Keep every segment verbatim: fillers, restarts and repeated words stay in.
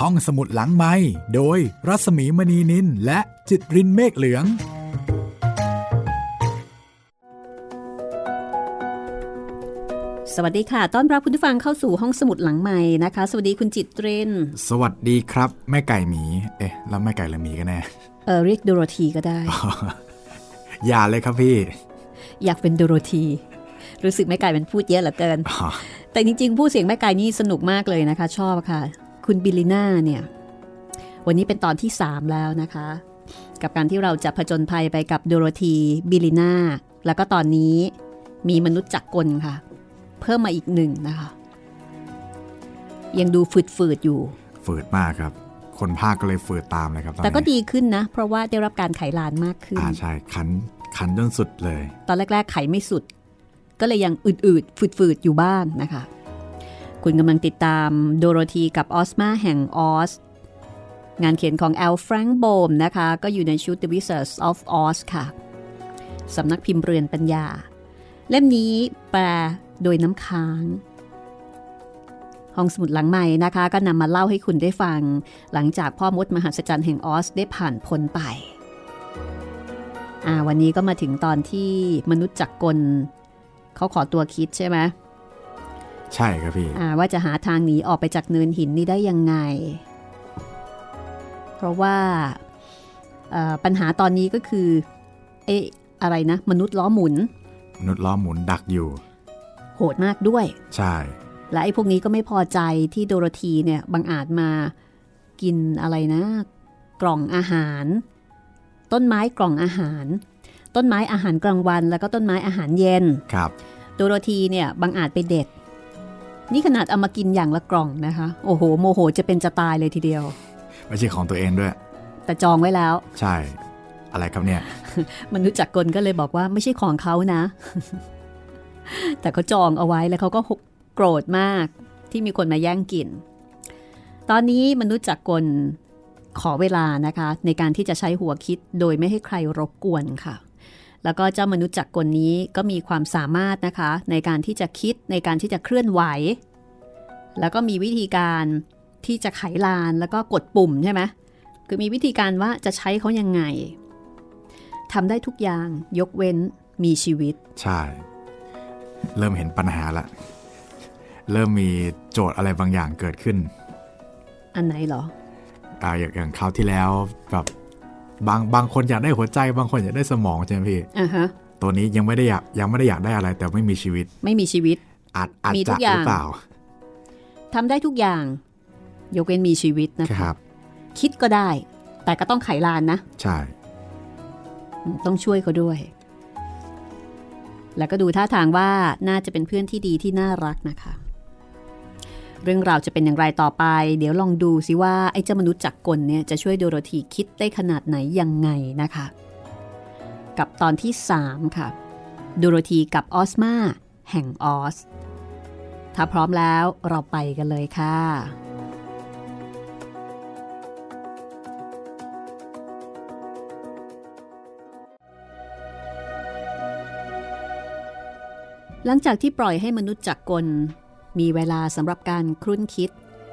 ห้องสมุดหลังไมค์โดยรัศมีมณีนินและจิตรินเมฆเหลืองสวัสดีค่ะต้อนรับคุณผู้ฟังเข้าสู่ห้องสมุดหลังไมค์นะคะสวัสดีคุณจิตรินสวัสดีครับแม่ไก่หมีเอ๊ะแล้วแม่ไก่หรือหมีกันแน่เออเรียกโดโรธีก็ได้อย่าเลยครับพี่อยากเป็นโดโรธีรู้สึกแม่ไก่มันพูดเยอะเหลือเกิน แต่จริงๆพูดเสียงแม่ไก่นี่สนุกมากเลยนะคะชอบค่ะคุณบิลลิน่าเนี่ยวันนี้เป็นตอนที่สามแล้วนะคะกับการที่เราจะผจญภัยไปกับโดโรธีบิลลิน่าแล้วก็ตอนนี้มีมนุษย์จักรกลค่ะเพิ่มมาอีกหนึ่งนะคะยังดูฝืดๆอยู่ฝืดมากครับคนภาคก็เลยฝืดตามเลยครับแต่ก็ดีขึ้นนะเพราะว่าได้รับการไขลานมากขึ้นอ่าใช่ขันขันจนสุดเลยตอนแรกๆไขไม่สุดก็เลยยังอืดๆฝืดๆอยู่บ้างนะคะคุณกำลังติดตามโดโรธีกับออสมาแห่งออสงานเขียนของแอลแฟรงค์โบมนะคะก็อยู่ในชุด The Wizards of Oz ค่ะสำนักพิมพ์เรือนปัญญาเล่มนี้แปลโดยน้ำค้างห้องสมุดหลังใหม่นะคะก็นำมาเล่าให้คุณได้ฟังหลังจากพ่อมดมหัศจรรย์แห่งออสได้ผ่านพ้นไปอ่าวันนี้ก็มาถึงตอนที่มนุษย์จักรกลเขาขอตัวคิดใช่ไหมใช่ครับพี่อ่าว่าจะหาทางหนีออกไปจากเนินหินนี้ได้ยังไงเพราะว่าปัญหาตอนนี้ก็คือเอ๊ะอะไรนะมนุษย์ล้อหมุนมนุษย์ล้อหมุนดักอยู่โหดมากด้วยใช่และไอ้พวกนี้ก็ไม่พอใจที่โดโรธีเนี่ยบังอาจมากินอะไรนะกล่องอาหารต้นไม้กล่องอาหารต้นไม้อาหารกลางวันแล้วก็ต้นไม้อาหารเย็นครับโดโรธีเนี่ยบังอาจไปเด็ดนี่ขนาดเอามากินอย่างละกล่องนะคะโอ้โหโมโหจะเป็นจะตายเลยทีเดียวไม่ใช่ของตัวเองด้วยแต่จองไว้แล้วใช่อะไรครับเนี่ยมนุษย์จักรกลก็เลยบอกว่าไม่ใช่ของเขานะ แต่เขาจองเอาไว้แล้วเขาก็โกรธมากที่มีคนมาแย่งกินตอนนี้มนุษย์จักรกลขอเวลานะคะในการที่จะใช้หัวคิดโดยไม่ให้ใครรบกวนค่ะแล้วก็เจ้ามนุษย์จักรกลนี้ก็มีความสามารถนะคะในการที่จะคิดในการที่จะเคลื่อนไหวแล้วก็มีวิธีการที่จะไขลานแล้วก็กดปุ่มใช่ไหมคือมีวิธีการว่าจะใช้เขายังไงทำได้ทุกอย่างยกเว้นมีชีวิตใช่เริ่มเห็นปัญหาละเริ่มมีโจทย์อะไรบางอย่างเกิดขึ้นอันไหนเหรออ่าอย่างอย่างคราวที่แล้วแบบบางบางคนอยากได้หัวใจบางคนอยากได้สมองใช่ไหมพี่อ่าฮะตัวนี้ยังไม่ได้อยากยังไม่ได้อยากได้อะไรแต่ไม่มีชีวิตไม่มีชีวิตอาจอาจจะหรือเปล่าทำได้ทุกอย่างยกเว้นมีชีวิตนะคะคิดก็ได้แต่ก็ต้องไขลานนะใช่ต้องช่วยเขาด้วยแล้วก็ดูท่าทางว่าน่าจะเป็นเพื่อนที่ดีที่น่ารักนะคะเรื่องราวจะเป็นอย่างไรต่อไปเดี๋ยวลองดูซิว่าไอ้เจ้ามนุษย์จักรกลเนี่ยจะช่วยโดโรธีคิดได้ขนาดไหนยังไงนะคะกับตอนที่สามค่ะโดโรธีกับออสมาแห่งออสถ้าพร้อมแล้วเราไปกันเลยค่ะหลังจากที่ปล่อยให้มนุษย์จักรกลมีเวลาสำหรับการครุ่นคิด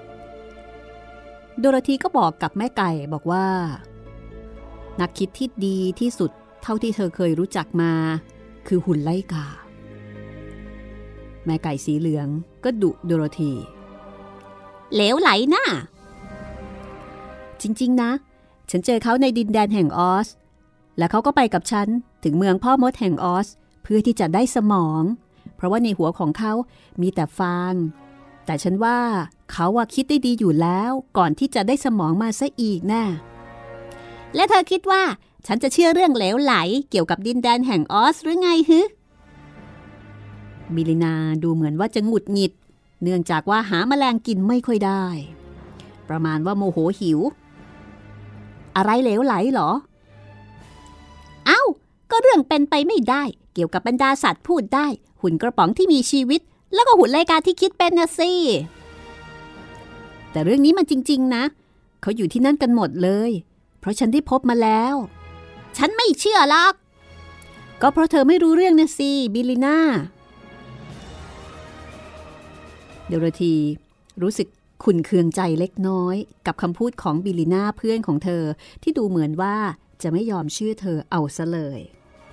โดโรธีก็บอกกับแม่ไก่บอกว่านักคิดที่ดีที่สุดเท่าที่เธอเคยรู้จักมาคือหุ่นไล่กาแม่ไก่สีเหลืองก็ดุโดโรธีเหลวไหลน่ะจริงๆนะฉันเจอเขาในดินแดนแห่งออสและเขาก็ไปกับฉันถึงเมืองพ่อมดแห่งออสเพื่อที่จะได้สมองเพราะว่าในหัวของเขามีแต่ฟางแต่ฉันว่าเขาว่าคิดได้ดีอยู่แล้วก่อนที่จะได้สมองมาซะอีกน่ะและเธอคิดว่าฉันจะเชื่อเรื่องเหลวไหลเกี่ยวกับดินแดนแห่งออสหรือไงฮึบิลลินาดูเหมือนว่าจะหงุดหงิดเนื่องจากว่าหาแมลงกินไม่ค่อยได้ประมาณว่าโมโหหิวอะไรเหลวไหลเหรอเอ้าก็เรื่องเป็นไปไม่ได้เกี่ยวกับบรรดาสัตว์พูดได้หุ่นกระป๋องที่มีชีวิตแล้วก็หุ่นรายการที่คิดเป็นนะสิแต่เรื่องนี้มันจริงๆนะเขาอยู่ที่นั่นกันหมดเลยเพราะฉันได้พบมาแล้วฉันไม่เชื่อหรอกก็เพราะเธอไม่รู้เรื่องนะสิบิลลิน่าโดโรธีรู้สึกขุ่นเคืองใจเล็กน้อยกับคำพูดของบิลลิน่าเพื่อนของเธอที่ดูเหมือนว่าจะไม่ยอมเชื่อเธอเอาซะเลย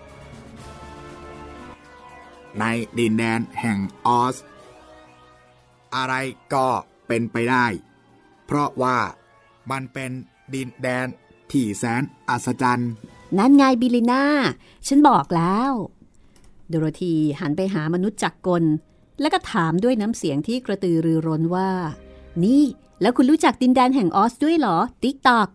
ในดินแดนแห่งออสอะไรก็เป็นไปได้เพราะว่ามันเป็นดินแดนที่แสนอัศจรรย์นั่นไงบิลลิน่าฉันบอกแล้วโดโรธีหันไปหามนุษย์จักรกลแล้วก็ถามด้วยน้ำเสียงที่กระตือรือร้นว่านี่แล้วคุณรู้จักดินแดนแห่งออสด้วยเหรอติ๊กตอก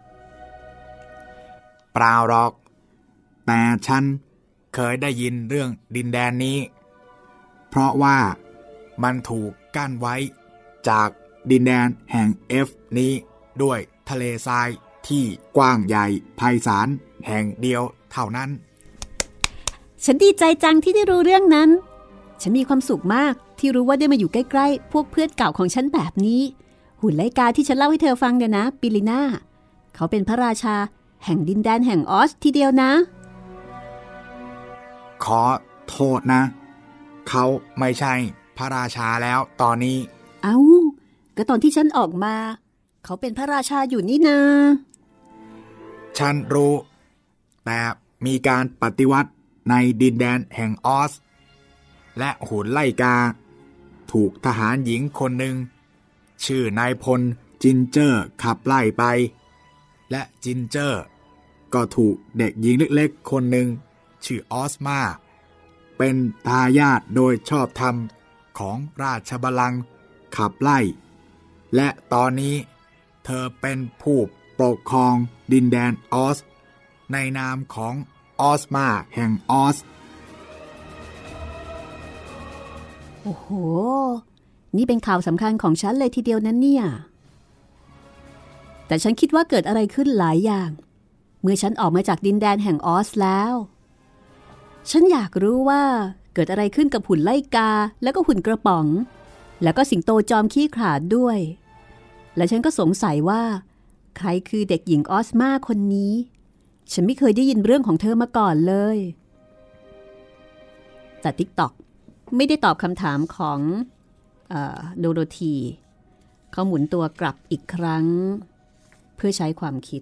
เปล่าหรอกแต่ฉันเคยได้ยินเรื่องดินแดนนี้เพราะว่ามันถูกกั้นไว้จากดินแดนแห่งเอฟนี้ด้วยทะเลทรายที่กว้างใหญ่ไพศาลแห่งเดียวเท่านั้นฉันดีใจจังที่ได้รู้เรื่องนั้นฉันมีความสุขมากที่รู้ว่าได้มาอยู่ใกล้ๆพวกเพื่อนเก่าของฉันแบบนี้หุ่นไลกาที่ฉันเล่าให้เธอฟังเนี่ยนะบิลลิน่าเขาเป็นพระราชาแห่งดินแดนแห่งออสทีเดียวนะขอโทษนะเขาไม่ใช่พระราชาแล้วตอนนี้เอ้าก็ตอนที่ฉันออกมาเขาเป็นพระราชาอยู่นี่นาฉันรู้แต่มีการปฏิวัติในดินแดนแห่งออสและหุ่นไลกาถูกทหารหญิงคนหนึ่งชื่อนายพลจินเจอร์ขับไล่ไปและจินเจอร์ก็ถูกเด็กหญิงเล็กๆคนหนึ่งชื่อออสมาเป็นทายาทโดยชอบธรรมของราชบัลลังก์ขับไล่และตอนนี้เธอเป็นผู้ปกครองดินแดนออสในนามของออสมาแห่งออสโอ้โหนี่เป็นข่าวสำคัญของฉันเลยทีเดียวนั้นเนี่ยแต่ฉันคิดว่าเกิดอะไรขึ้นหลายอย่างเมื่อฉันออกมาจากดินแดนแห่งออสแล้วฉันอยากรู้ว่าเกิดอะไรขึ้นกับหุ่นไลกาแล้วก็หุ่นกระป๋องแล้วก็สิงโตจอมขี้ขลาดด้วยและฉันก็สงสัยว่าใครคือเด็กหญิงออสมาคนนี้ฉันไม่เคยได้ยินเรื่องของเธอมาก่อนเลยแต่ติ๊กต็อกไม่ได้ตอบคำถามของเอ่อโดโรธีเขาหมุนตัวกลับอีกครั้งเพื่อใช้ความคิด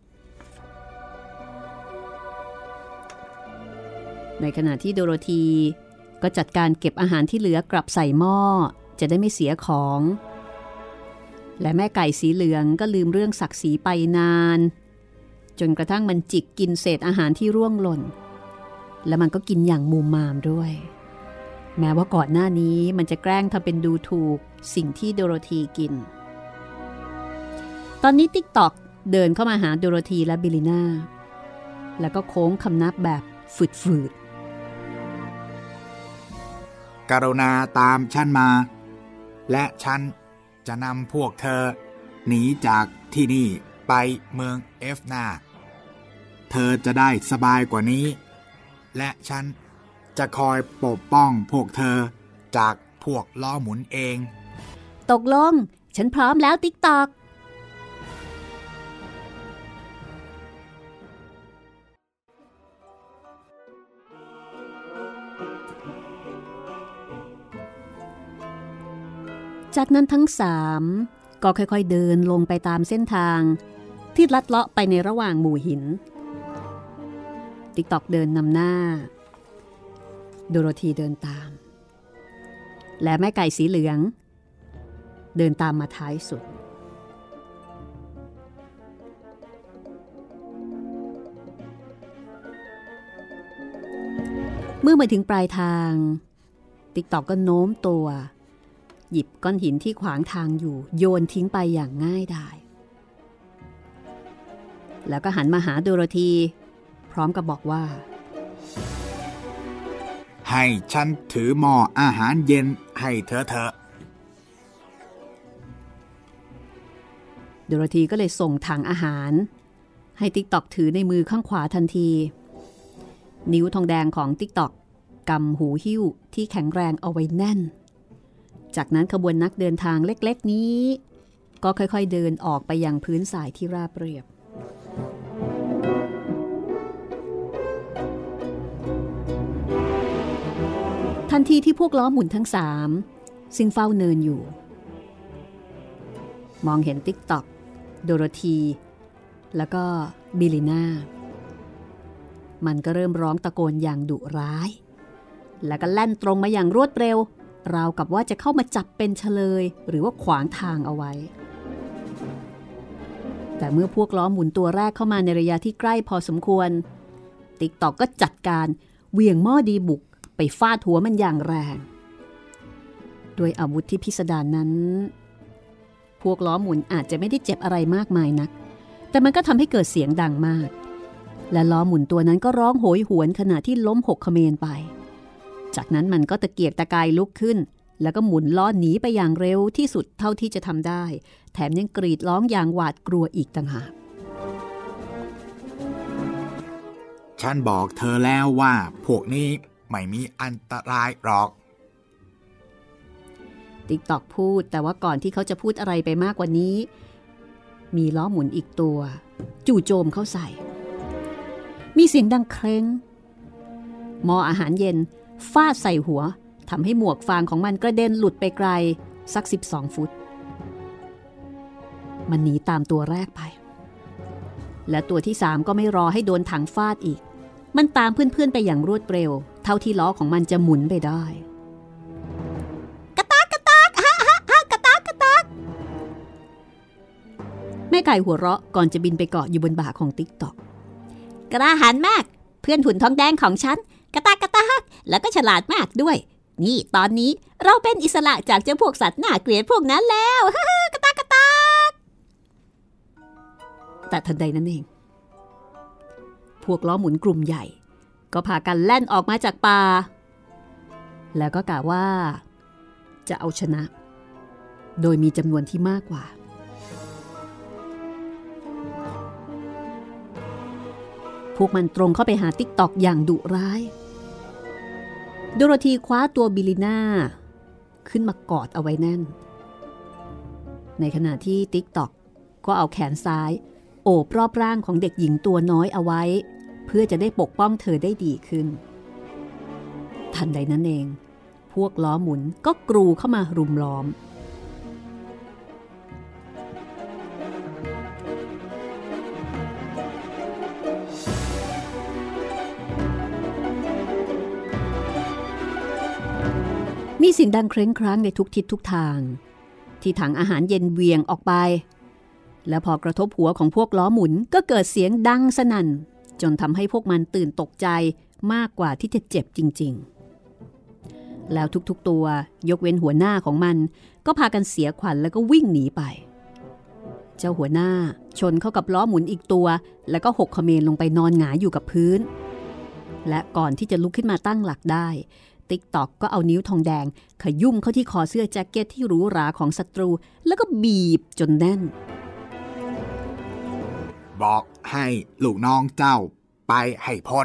ในขณะที่โดโรธีก็จัดการเก็บอาหารที่เหลือกลับใส่หม้อจะได้ไม่เสียของและแม่ไก่สีเหลืองก็ลืมเรื่องศักดิ์ศรีไปนานจนกระทั่งมันจิกกินเศษอาหารที่ร่วงหล่นและมันก็กินอย่างมุมมามด้วยแม้ว่าก่อนหน้านี้มันจะแกล้งทำเป็นดูถูกสิ่งที่โดโรธีกินตอนนี้ติ๊กต็อกเดินเข้ามาหาโดโรธีและบิลลิน่าแล้วก็โค้งคำนับแบบฝืดๆกรุณาตามฉันมาและฉันจะนำพวกเธอหนีจากที่นี่ไปเมืองเอฟนาเธอจะได้สบายกว่านี้และฉันจะคอยปกป้องพวกเธอจากพวกล้อหมุนเองตกลงฉันพร้อมแล้วติ๊กต็อกจากนั้นทั้งสามก็ค่อยๆเดินลงไปตามเส้นทางที่ลัดเลาะไปในระหว่างหมู่หินติ๊กต็อกเดินนำหน้าโดโรธีเดินตามและแม่ไก่สีเหลืองเดินตามมาท้ายสุดเมื่อมาถึงปลายทางติ๊กต็อกก็โน้มตัวหยิบก้อนหินที่ขวางทางอยู่โยนทิ้งไปอย่างง่ายดายแล้วก็หันมาหาโดโรธีพร้อมกับบอกว่าให้ฉันถือหม้ออาหารเย็นให้เธอเถอะโดโรธีก็เลยส่งถังอาหารให้ติ๊กต็อกถือในมือข้างขวาทันทีนิ้วทองแดงของติ๊กต็อกกำหูหิ้วที่แข็งแรงเอาไว้แน่นจากนั้นขบวนนักเดินทางเล็กๆนี้ก็ค่อยๆเดินออกไปยังพื้นทรายที่ราบเรียบทันทีที่พวกล้อหมุนทั้งสามซึ่งเฝ้าเนินอยู่มองเห็นติ๊กต็อกโดโรธีแล้วก็บิลิน่ามันก็เริ่มร้องตะโกนอย่างดุร้ายแล้วก็แล่นตรงมาอย่างรวดเร็วราวกับว่าจะเข้ามาจับเป็นเฉลยหรือว่าขวางทางเอาไว้แต่เมื่อพวกล้อหมุนตัวแรกเข้ามาในระยะที่ใกล้พอสมควรติ๊กต็อกก็จัดการเหวี่ยงหม้อดีบุกไปฟาดหัวมันอย่างแรงด้วยอาวุธที่พิสดารนั้นพวกล้อหมุนอาจจะไม่ได้เจ็บอะไรมากมายนักแต่มันก็ทำให้เกิดเสียงดังมากและล้อหมุนตัวนั้นก็ร้องโหยหวนขณะที่ล้มหกเขมรไปจากนั้นมันก็ตะเกียกตะกายลุกขึ้นแล้วก็หมุนล้อหนีไปอย่างเร็วที่สุดเท่าที่จะทำได้แถมยังกรีดร้องอย่างหวาดกลัวอีกต่างหากฉันบอกเธอแล้วว่าพวกนี้ไม่มีอันตรายหรอกติ๊กต็อกพูดแต่ว่าก่อนที่เขาจะพูดอะไรไปมากกว่านี้มีล้อหมุนอีกตัวจู่โจมเข้าใส่มีเสียงดังเคร้งหม้ออาหารเย็นฟาดใส่หัวทำให้หมวกฟางของมันกระเด็นหลุดไปไกลสักสิบสองฟุตมันหนีตามตัวแรกไปและตัวที่สามก็ไม่รอให้โดนถังฟาดอีกมันตามเพื่อนๆไปอย่างรวดเร็วเท่าที่ล้อของมันจะหมุนไปได้กระตากกระตากฮ่าฮ่าฮ่ากระตากกระตากแม่ไก่หัวเราะก่อนจะบินไปเกาะอยู่บนบ่าของติ๊กต็อกกระหายมากเพื่อนหุ่นทองแดงของฉันกระตากกระตากแล้วก็ฉลาดมากด้วยนี่ตอนนี้เราเป็นอิสระจากเจ้าพวกสัตว์น่าเกลียดพวกนั้นแล้วฮ่ากระตากกระตากแต่ทันใดนั้นเองพวกล้อหมุนกลุ่มใหญ่ก็พากันแล่นออกมาจากป่าแล้วก็กล่าวว่าจะเอาชนะโดยมีจำนวนที่มากกว่าพวกมันตรงเข้าไปหาติ๊กต็อกอย่างดุร้ายโดโรธีคว้าตัวบิลิน่าขึ้นมากอดเอาไว้แน่นในขณะที่ติ๊กต็อกก็เอาแขนซ้ายโอบรอบร่างของเด็กหญิงตัวน้อยเอาไว้เพื่อจะได้ปกป้องเธอได้ดีขึ้นทันใดนั้นเองพวกล้อหมุนก็กรูเข้ามารุมล้อมมีเสียงดังเคร่งครั้งในทุกทิศทุกทางที่ถังอาหารเย็นเวียงออกไปแล้วพอกระทบหัวของพวกล้อหมุนก็เกิดเสียงดังสนั่นจนทำให้พวกมันตื่นตกใจมากกว่าที่จะเจ็บจริงๆแล้วทุกๆตัวยกเว้นหัวหน้าของมันก็พากันเสียขวัญแล้วก็วิ่งหนีไปเจ้าหัวหน้าชนเข้ากับล้อหมุนอีกตัวแล้วก็หกเขมรลงไปนอนหงายอยู่กับพื้นและก่อนที่จะลุกขึ้นมาตั้งหลักได้ติ๊กต็อกก็เอานิ้วทองแดงขยุ่มเข้าที่คอเสื้อแจ็คเก็ตที่หรูหราของศัตรูแล้วก็บีบจนแน่นบอกให้ลูกน้องเจ้าไปให้พ้น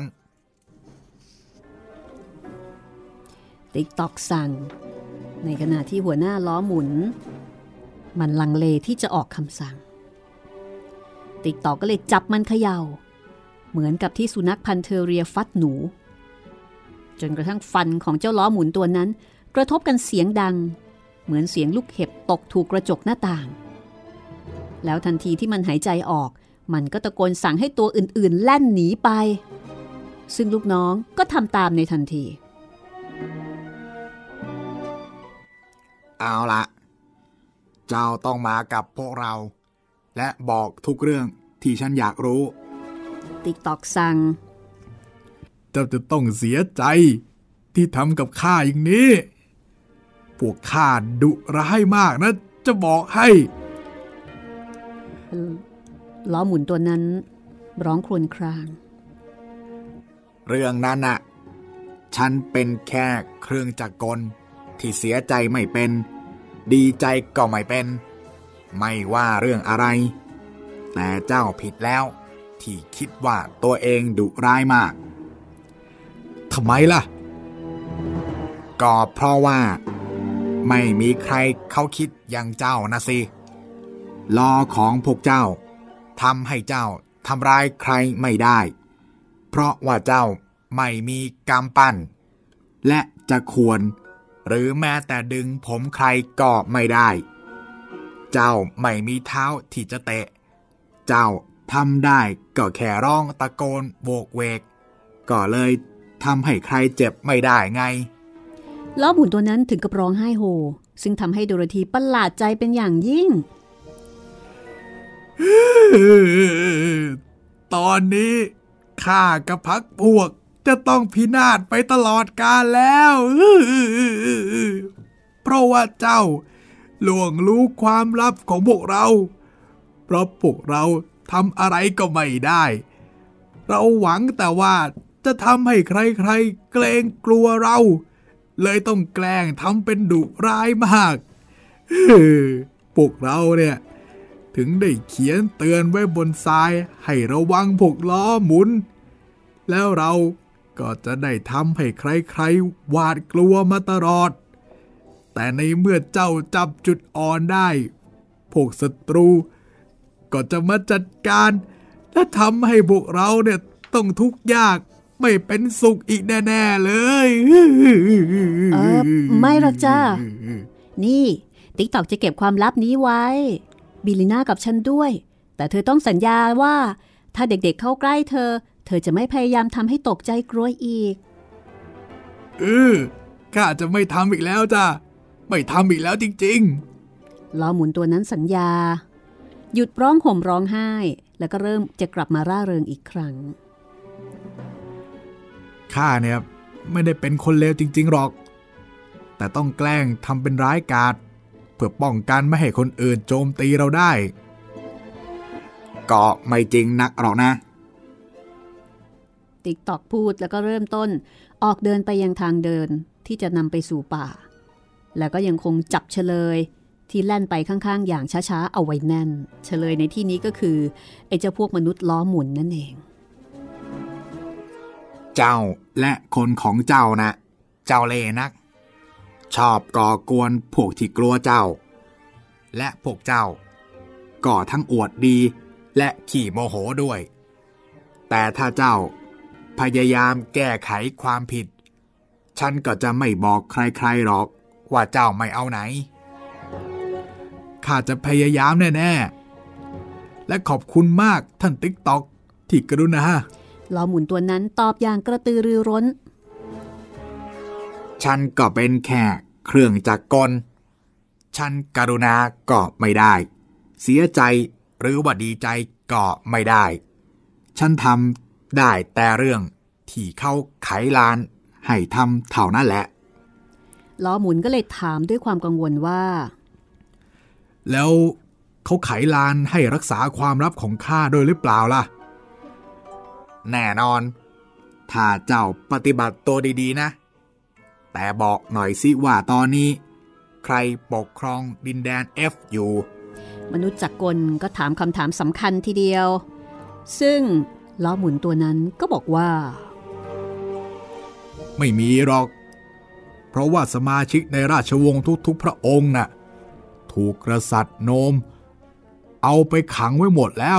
ติ๊กต็อกสั่งในขณะที่หัวหน้าล้อหมุนมันลังเลที่จะออกคำสั่งติ๊กต็อกก็เลยจับมันเขย่าเหมือนกับที่สุนัขพันเทอเรียฟัดหนูจนกระทั่งฟันของเจ้าล้อหมุนตัวนั้นกระทบกันเสียงดังเหมือนเสียงลูกเห็บตกถูกกระจกหน้าต่างแล้วทันทีที่มันหายใจออกมันก็ตะโกนสั่งให้ตัวอื่นๆแล่นหนีไปซึ่งลูกน้องก็ทำตามในทันทีเอาละเจ้าต้องมากับพวกเราและบอกทุกเรื่องที่ฉันอยากรู้ติ๊กต็อกสั่งเจ้าจะต้องเสียใจที่ทำกับข้าอย่างนี้พวกข้าดุร้ายมากนะจะบอกให้ล้อหมุนตัวนั้นร้องครวญครางเรื่องนั้นน่ะฉันเป็นแค่เครื่องจักรกลที่เสียใจไม่เป็นดีใจก็ไม่เป็นไม่ว่าเรื่องอะไรแต่เจ้าผิดแล้วที่คิดว่าตัวเองดุร้ายมากทำไมล่ะก็เพราะว่าไม่มีใครเขาคิดอย่างเจ้านะสิล้อของพวกเจ้าทำให้เจ้าทำร้ายใครไม่ได้เพราะว่าเจ้าไม่มีกำปั้นและจะควรหรือแม้แต่ดึงผมใครก็ไม่ได้เจ้าไม่มีเท้าที่จะเตะเจ้าทำได้ก็แค่ร้องตะโกนโวกเวกก็เลยทำให้ใครเจ็บไม่ได้ไงล้อหมุนตัวนั้นถึงกับร้องไห้โฮซึ่งทำให้โดโรธีประหลาดใจเป็นอย่างยิ่งตอนนี้ข้ากับพรรคพวกจะต้องพินาศไปตลอดกาลแล้ว เพราะว่าเจ้าล่วงรู้ความลับของพวกเราเพราะพวกเราทำอะไรก็ไม่ได้เราหวังแต่ว่าจะทำให้ใครๆเกรงกลัวเราเลยต้องแกล้งทำเป็นดุร้ายมาก พวกเราเนี่ยถึงได้เขียนเตือนไว้บนทรายให้ระวังพวกล้อหมุนแล้วเราก็จะได้ทำให้ใครๆหวาดกลัวมาตลอดแต่ในเมื่อเจ้าจับจุดอ่อนได้พวกศัตรูก็จะมาจัดการและทำให้พวกเราเนี่ยต้องทุกข์ยากไม่เป็นสุขอีกแน่ๆเลยเออไม่หรอกจ้านี่ติ๊กตอกจะเก็บความลับนี้ไว้บิลลิน่ากับฉันด้วยแต่เธอต้องสัญญาว่าถ้าเด็กๆเข้าใกล้เธอเธอจะไม่พยายามทำให้ตกใจกลัวอีกเออข้าจะไม่ทำอีกแล้วจ้าไม่ทำอีกแล้วจริงๆล้อหมุนตัวนั้นสัญญาหยุดร้องห่มร้องไห้แล้วก็เริ่มจะกลับมาร่าเริงอีกครั้งข้าเนี่ยไม่ได้เป็นคนเลวจริงๆหรอกแต่ต้องแกล้งทำเป็นร้ายกาจเพื่อป้องกันไม่ให้คนอื่นโจมตีเราได้ก็ไม่จริงนักหรอกนะติ๊กตอกพูดแล้วก็เริ่มต้นออกเดินไปยังทางเดินที่จะนำไปสู่ป่าแล้วก็ยังคงจับเฉลยที่แล่นไปข้างๆอย่างช้าๆเอาไว้แน่นเฉลยในที่นี้ก็คือไอ้เจ้าพวกมนุษย์ล้อหมุนนั่นเองเจ้าและคนของเจ้านะเจ้าเล่ห์นักชอบก่อกวนพวกที่กลัวเจ้าและพวกเจ้าก็ทั้งอวดดีและขี้โมโหด้วยแต่ถ้าเจ้าพยายามแก้ไขความผิดฉันก็จะไม่บอกใครๆหรอกว่าเจ้าไม่เอาไหนข้าจะพยายามแน่ๆและขอบคุณมากท่านติ๊กต็อกที่กรุณาล้อหมุนตัวนั้นตอบอย่างกระตือรือร้นฉันก็เป็นแค่เครื่องจักรกลฉันกรุณาก็ไม่ได้เสียใจหรือว่าดีใจก็ไม่ได้ฉันทำได้แต่เรื่องที่เขาไขลานให้ทำเท่านั้นแหละล้อหมุนก็เลยถามด้วยความกังวลว่าแล้วเขาไขลานให้รักษาความลับของข้าด้วยหรือเปล่าล่ะแน่นอนถ้าเจ้าปฏิบัติตัวดีๆนะแต่บอกหน่อยสิว่าตอนนี้ใครปกครองดินแดน F อยู่มนุษย์จักรกลก็ถามคำถามสำคัญทีเดียวซึ่งล้อหมุนตัวนั้นก็บอกว่าไม่มีหรอกเพราะว่าสมาชิกในราชวงศ์ทุกๆพระองค์น่ะถูกกษัตริย์โนมเอาไปขังไว้หมดแล้ว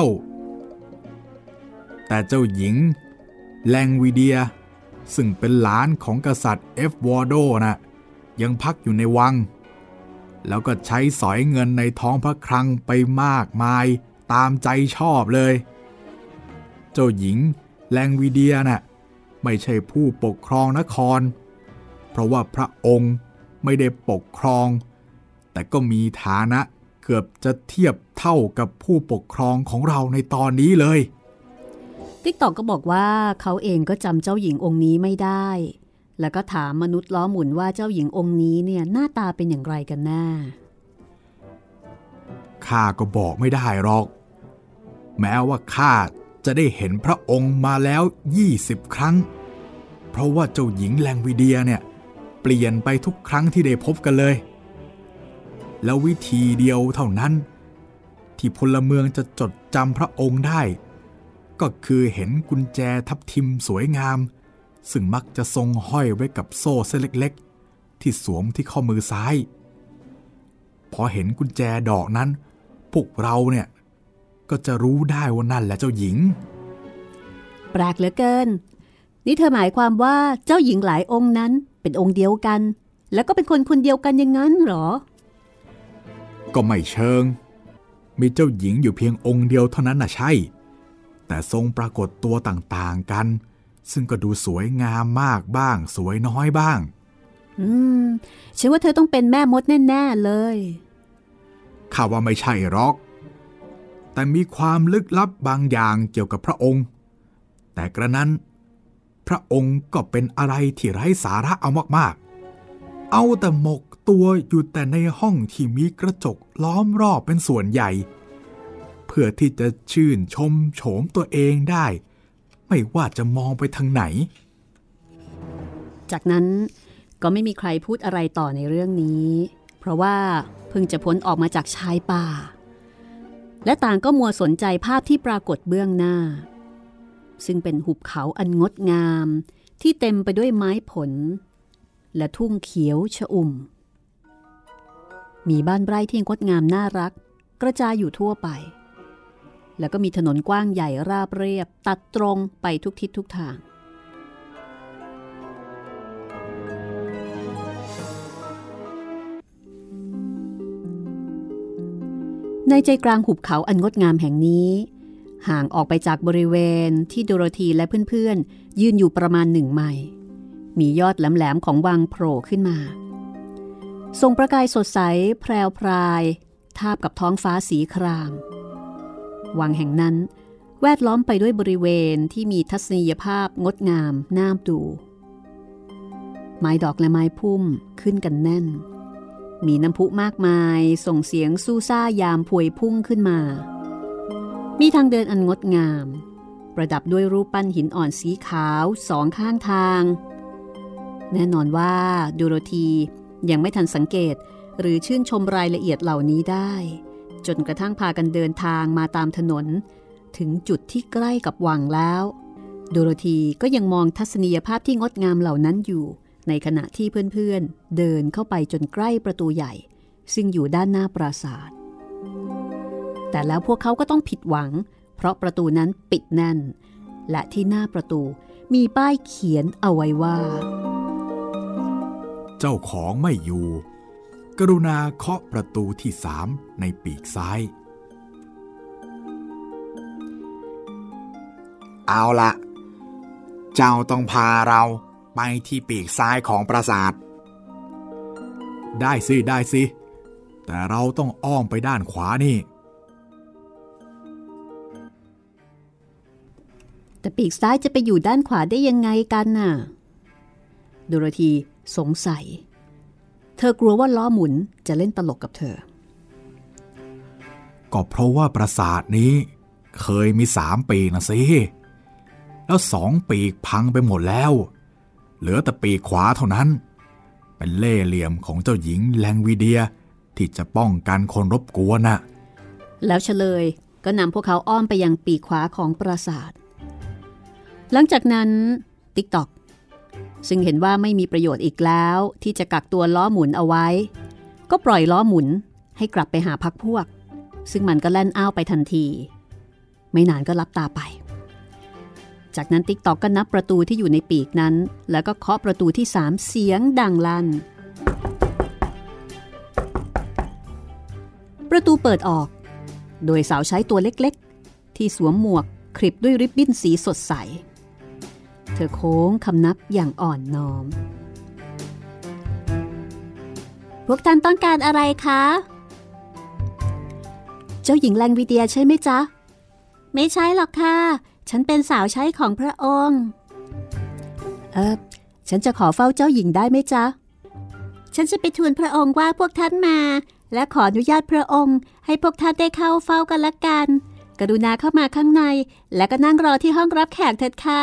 แต่เจ้าหญิงแลงวีเดียซึ่งเป็นหลานของกษัตริย์เอฟวอร์โดน่ะยังพักอยู่ในวังแล้วก็ใช้สอยเงินในท้องพระคลังไปมากมายตามใจชอบเลยเจ้าหญิงแลงวีเดียน่ะไม่ใช่ผู้ปกครองนครเพราะว่าพระองค์ไม่ได้ปกครองแต่ก็มีฐานะเกือบจะเทียบเท่ากับผู้ปกครองของเราในตอนนี้เลยติ๊กต็อกก็บอกว่าเขาเองก็จำเจ้าหญิงองค์นี้ไม่ได้แล้วก็ถามมนุษย์ล้อหมุนว่าเจ้าหญิงองค์นี้เนี่ยหน้าตาเป็นอย่างไรกันแน่ข้าก็บอกไม่ได้หรอกแม้ว่าข้าจะได้เห็นพระองค์มาแล้วยี่สิบครั้งเพราะว่าเจ้าหญิงแลงวีเดียเนี่ยเปลี่ยนไปทุกครั้งที่ได้พบกันเลยแล้ววิธีเดียวเท่านั้นที่พลเมืองจะจดจำพระองค์ได้ก็คือเห็นกุญแจทับทิมสวยงามซึ่งมักจะทรงห้อยไว้กับโซ่เส้นเล็กๆที่สวมที่ข้อมือซ้ายพอเห็นกุญแจดอกนั้นพวกเราเนี่ยก็จะรู้ได้ว่านั่นแหละเจ้าหญิงแปลกเหลือเกินนี่เธอหมายความว่าเจ้าหญิงหลายองค์นั้นเป็นองค์เดียวกันแล้วก็เป็นคนคนเดียวกันอย่างนั้นหรอก็ไม่เชิงมีเจ้าหญิงอยู่เพียงองค์เดียวเท่านั้นน่ะใช่แต่ทรงปรากฏตัวต่างๆกันซึ่งก็ดูสวยงามมากบ้างสวยน้อยบ้างอืมฉันว่าเธอต้องเป็นแม่มดแน่ๆเลยข้าว่าไม่ใช่หรอกแต่มีความลึกลับบางอย่างเกี่ยวกับพระองค์แต่กระนั้นพระองค์ก็เป็นอะไรที่ไร้สาระเอามากๆเอาแต่หมกตัวอยู่แต่ในห้องที่มีกระจกล้อมรอบเป็นส่วนใหญ่เพื่อที่จะชื่นชมโฉมตัวเองได้ไม่ว่าจะมองไปทางไหนจากนั้นก็ไม่มีใครพูดอะไรต่อในเรื่องนี้เพราะว่าเพิ่งจะพ้นออกมาจากชายป่าและต่างก็มัวสนใจภาพที่ปรากฏเบื้องหน้าซึ่งเป็นหุบเขาอันงดงามที่เต็มไปด้วยไม้ผลและทุ่งเขียวชอุ่มมีบ้านไร่ที่งดงามน่ารักกระจายอยู่ทั่วไปแล้วก็มีถนนกว้างใหญ่ราบเรียบตัดตรงไปทุกทิศทุกทางในใจกลางหุบเขาอันงดงามแห่งนี้ห่างออกไปจากบริเวณที่โดโรธีและเพื่อนๆยืนอยู่ประมาณหนึ่งไมล์มียอดแหลมๆของวังโผล่ขึ้นมาส่งประกายสดใสแพรวพรายทาบกับท้องฟ้าสีครามวังแห่งนั้นแวดล้อมไปด้วยบริเวณที่มีทัศนียภาพงดงามน่าดูไม้ดอกและไม้พุ่มขึ้นกันแน่นมีน้ำพุมากมายส่งเสียงสู้ซ่ายามพวยพุ่งขึ้นมามีทางเดินอันงดงามประดับด้วยรูปปั้นหินอ่อนสีขาวสองข้างทางแน่นอนว่าโดโรธียังไม่ทันสังเกตหรือชื่นชมรายละเอียดเหล่านี้ได้จนกระทั่งพากันเดินทางมาตามถนนถึงจุดที่ใกล้กับวังแล้วโดโรธีก็ยังมองทัศนียภาพที่งดงามเหล่านั้นอยู่ในขณะที่เพื่อนๆเดินเข้าไปจนใกล้ประตูใหญ่ซึ่งอยู่ด้านหน้าปราสาทแต่แล้วพวกเขาก็ต้องผิดหวังเพราะประตูนั้นปิดแน่นและที่หน้าประตูมีป้ายเขียนเอาไว้ว่าเจ้าของไม่อยู่กรุณาเคาะประตูที่สามในปีกซ้ายเอาละเจ้าต้องพาเราไปที่ปีกซ้ายของปราสาทได้สิได้สิแต่เราต้องอ้อมไปด้านขวานี่แต่ปีกซ้ายจะไปอยู่ด้านขวาได้ยังไงกันน่ะโดโรธีสงสัยเธอกลัวว่าล้อหมุนจะเล่นตลกกับเธอก็เพราะว่าปราสาทนี้เคยมีสามปีกนะสิแล้วสองปีกพังไปหมดแล้วเหลือแต่ปีกขวาเท่านั้นเป็นเล่ห์เหลี่ยมของเจ้าหญิงแลงวีเดียที่จะป้องกันคนรบกวนน่ะแล้วเฉลยก็นำพวกเขาอ้อมไปยังปีกขวาของปราสาทหลังจากนั้นติ๊กต็อกซึ่งเห็นว่าไม่มีประโยชน์อีกแล้วที่จะกักตัวล้อหมุนเอาไว้ก็ปล่อยล้อหมุนให้กลับไปหาพรรคพวกซึ่งมันก็แล่นอ้าวไปทันทีไม่นานก็ลับตาไปจากนั้นติ๊กต็อกก็นับประตูที่อยู่ในปีกนั้นแล้วก็เคาะประตูที่สามเสียงดังลั่นประตูเปิดออกโดยสาวใช้ตัวเล็กๆที่สวมหมวกคลิปด้วยริบบิ้นสีสดใสเธอโค้งคำนับอย่างอ่อนน้อมพวกท่านต้องการอะไรคะเจ้าหญิงแลงวีเดียใช่ไหมจ๊ะไม่ใช่หรอกค่ะฉันเป็นสาวใช้ของพระองค์เออฉันจะขอเฝ้าเจ้าหญิงได้ไหมจ๊ะฉันจะไปทูลพระองค์ว่าพวกท่านมาและขออนุญาตพระองค์ให้พวกท่านได้เข้าเฝ้ากันละกันกรุณาเข้ามาข้างในและก็นั่งรอที่ห้องรับแขกเถิดค่ะ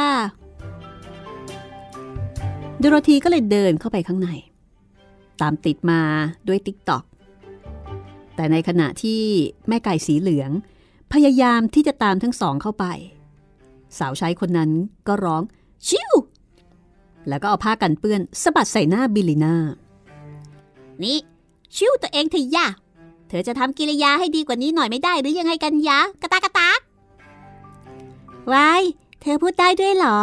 โดโรธีก็เลยเดินเข้าไปข้างในตามติดมาด้วยติ๊กต็อกแต่ในขณะที่แม่ไก่สีเหลืองพยายามที่จะตามทั้งสองเข้าไปสาวใช้คนนั้นก็ร้องชิวแล้วก็เอาผ้ากันเปื้อนสะบัดใส่หน้าบิลลิน่านี่ชิวตัวเองเถอะย่าเธอจะทำกิริยาให้ดีกว่านี้หน่อยไม่ได้หรือยังไงกันยะกระตากกระตากวายเธอพูดได้ด้วยเหรอ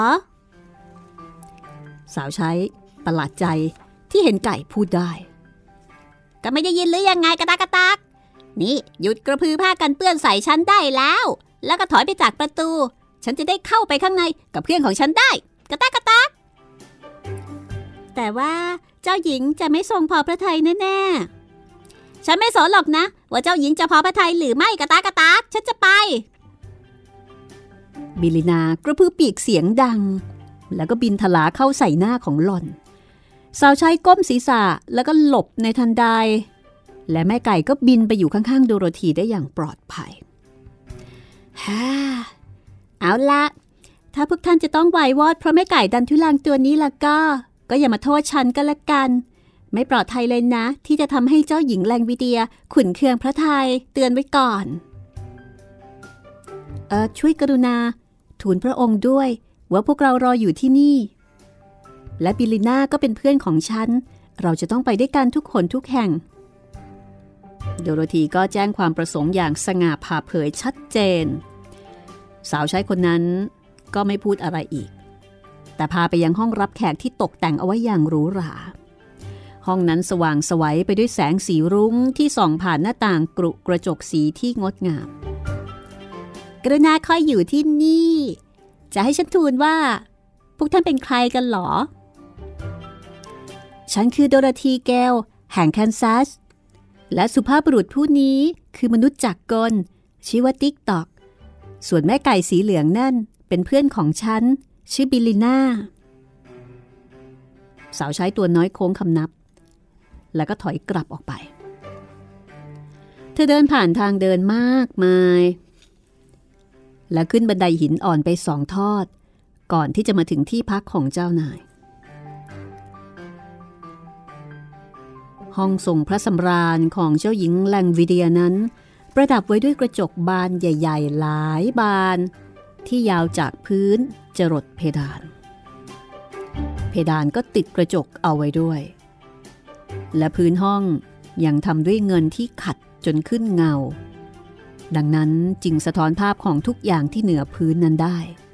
สาวใช้ประหลาดใจที่เห็นไก่พูดได้ก็ไม่ได้ยินหรือยังไงกระตากกระตากนี่หยุดกระพือผ้ากันเปื้อนใส่ฉันได้แล้วแล้วก็ถอยไปจากประตูฉันจะได้เข้าไปข้างในกับเพื่อนของฉันได้กระตากกระตากแต่ว่าเจ้าหญิงจะไม่ทรงพอพระทัยแน่ๆฉันไม่สนหรอกนะว่าเจ้าหญิงจะพอพระทัยหรือไม่กระตากกระตากฉันจะไปบิลินากระพือปีกเสียงดังแล้วก็บินทลาเข้าใส่หน้าของหล่อนสาวใช้ก้มศีรษะแล้วก็หลบในทันใดและแม่ไก่ก็บินไปอยู่ข้างๆโดโรธีได้อย่างปลอดภัยฮ่าเอาละถ้าพวกท่านจะต้องวายวอดเพราะแม่ไก่ดันทุลังตัวนี้ล่ะก็ก็อย่ามาโทษฉันก็แล้วกันไม่ปลอดภัยเลยนะที่จะทำให้เจ้าหญิงแลงวิเดียขุ่นเคืองพระทัยเตือนไว้ก่อนเออช่วยกรุณาทูลพระองค์ด้วยว่าพวกเรารออยู่ที่นี่และบิลิน่าก็เป็นเพื่อนของฉันเราจะต้องไปด้วยกันทุกคนทุกแห่งโดโรธีก็แจ้งความประสงค์อย่างสง่าผ่าเผยชัดเจนสาวใช้คนนั้นก็ไม่พูดอะไรอีกแต่พาไปยังห้องรับแขกที่ตกแต่งเอาไว้อย่างหรูหราห้องนั้นสว่างไสวไปด้วยแสงสีรุ้งที่ส่องผ่านหน้าต่างกรุกระจกสีที่งดงามกรุณาคอยอยู่ที่นี่จะให้ฉันทูลว่าพวกท่านเป็นใครกันหรอฉันคือโดโรธีเกลแห่งแคนซัสและสุภาพบุรุษผู้นี้คือมนุษย์จักรกลชื่อว่าติ๊กตอกส่วนแม่ไก่สีเหลืองนั่นเป็นเพื่อนของฉันชื่อบิลิน่าสาวใช้ตัวน้อยโค้งคำนับแล้วก็ถอยกลับออกไปเธอเดินผ่านทางเดินมากมายและขึ้นบันไดหินอ่อนไปสองทอดก่อนที่จะมาถึงที่พักของเจ้านายห้องทรงพระสำราญของเจ้าหญิงแลงวิเดียนั้นประดับไว้ด้วยกระจกบานใหญ่ๆหลายบานที่ยาวจากพื้นจรดเพดานเพดานก็ติดกระจกเอาไว้ด้วยและพื้นห้องยังทำด้วยเงินที่ขัดจนขึ้นเงาดังนั้นจึงสะท้อนภาพของทุกอย่างที่เหนือพื้นนั้นได้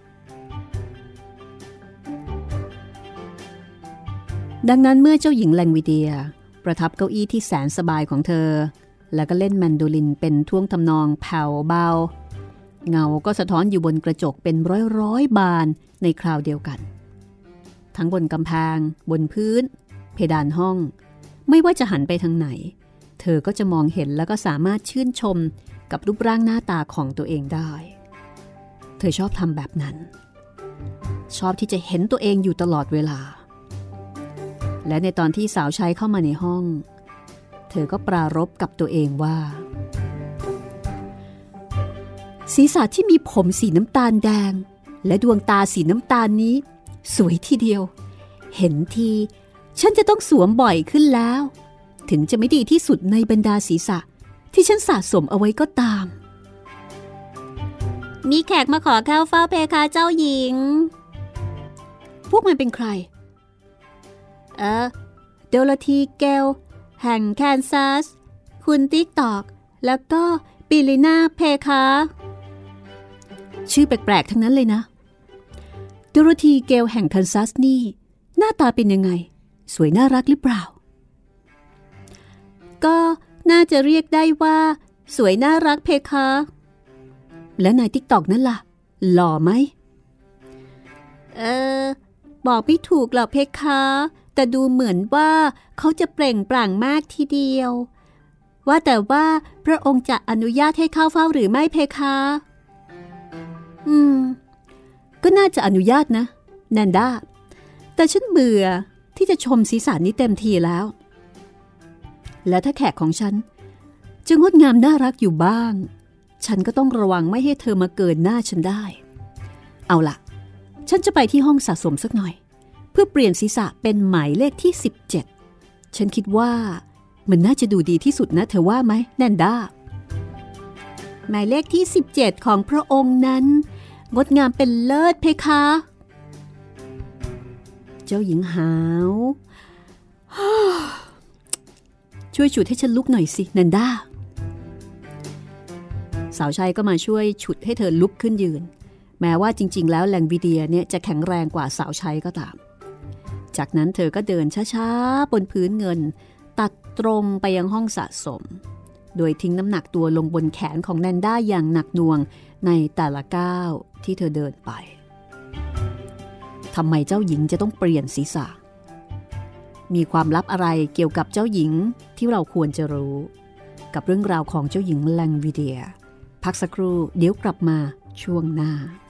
ดังนั้นเมื่อเจ้าหญิงแลงวิเดียประทับเก้าอี้ที่แสนสบายของเธอแล้วก็เล่นแมนโดลินเป็นท่วงทำนองแผ่วเบาเงาก็สะท้อนอยู่บนกระจกเป็นร้อยร้อยบานในคราวเดียวกันทั้งบนกำแพงบนพื้นเพดานห้องไม่ว่าจะหันไปทางไหนเธอก็จะมองเห็นแล้วก็สามารถชื่นชมกับรูปร่างหน้าตาของตัวเองได้เธอชอบทำแบบนั้นชอบที่จะเห็นตัวเองอยู่ตลอดเวลาและในตอนที่สาวใช้เข้ามาในห้องเธอก็ปรารภกับตัวเองว่าศีรษะที่มีผมสีน้ำตาลแดงและดวงตาสีน้ำตาลนี้สวยทีเดียวเห็นทีฉันจะต้องสวมบ่อยขึ้นแล้วถึงจะไม่ดีที่สุดในบรรดาศีรษะที่ฉันสะสมเอาไว้ก็ตามมีแขกมาขอเข้าเฝ้าเพคะเจ้าหญิงพวกมันเป็นใครเออโดโรธีเกลแห่งแคนซัสคุณติ๊กตอกแล้วก็บิลิน่าเพคะชื่อแปลกๆทั้งนั้นเลยนะโดโรธีเกลแห่งแคนซัสนี่หน้าตาเป็นยังไงสวยน่ารักหรือเปล่าก็น่าจะเรียกได้ว่าสวยน่ารักเพคะแล้วนายติ๊กตอกนั่นล่ะหล่อไหมเออบอกไม่ถูกหรอกเพคะแต่ดูเหมือนว่าเขาจะเปล่งปลั่งมากทีเดียวว่าแต่ว่าพระองค์จะอนุญาตให้เข้าเฝ้าหรือไม่เพคะอืมก็น่าจะอนุญาตนะแนนด้าแต่ฉันเบื่อที่จะชมศีรษะนี้เต็มทีแล้วและถ้าแขกของฉันจะงดงามน่ารักอยู่บ้างฉันก็ต้องระวังไม่ให้เธอมาเกินหน้าฉันได้เอาล่ะฉันจะไปที่ห้องสะสมสักหน่อยเพื่อเปลี่ยนศีรษะเป็นหมายเลขที่สิบเจ็ดฉันคิดว่ามันน่าจะดูดีที่สุดนะเธอว่าไหมแนนด้าหมายเลขที่สิบเจ็ดของพระองค์นั้นงดงามเป็นเลิศเพคะเจ้าหญิงหาวช่วยฉุดให้ฉันลุกหน่อยสิแนนด้าสาวใช้ก็มาช่วยฉุดให้เธอลุกขึ้นยืนแม้ว่าจริงๆแล้วแลงวิเดียเนี่ยจะแข็งแรงกว่าสาวใช้ก็ตามจากนั้นเธอก็เดินช้าๆบนพื้นเงินตัดตรงไปยังห้องสะสมโดยทิ้งน้ำหนักตัวลงบนแขนของแนนด้าอย่างหนักหน่วงในแต่ละก้าวที่เธอเดินไปทำไมเจ้าหญิงจะต้องเปลี่ยนศีรษะมีความลับอะไรเกี่ยวกับเจ้าหญิงที่เราควรจะรู้กับเรื่องราวของเจ้าหญิงแลงวิเดียพักสักครู่เดี๋ยวกลับมาช่วงหน้า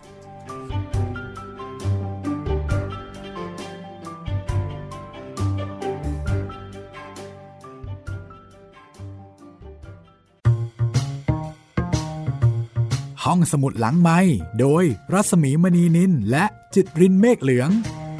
ห้องสมุดหลังไมค์โดยรัศมีมณีนินและจิตรินเมฆเหลือง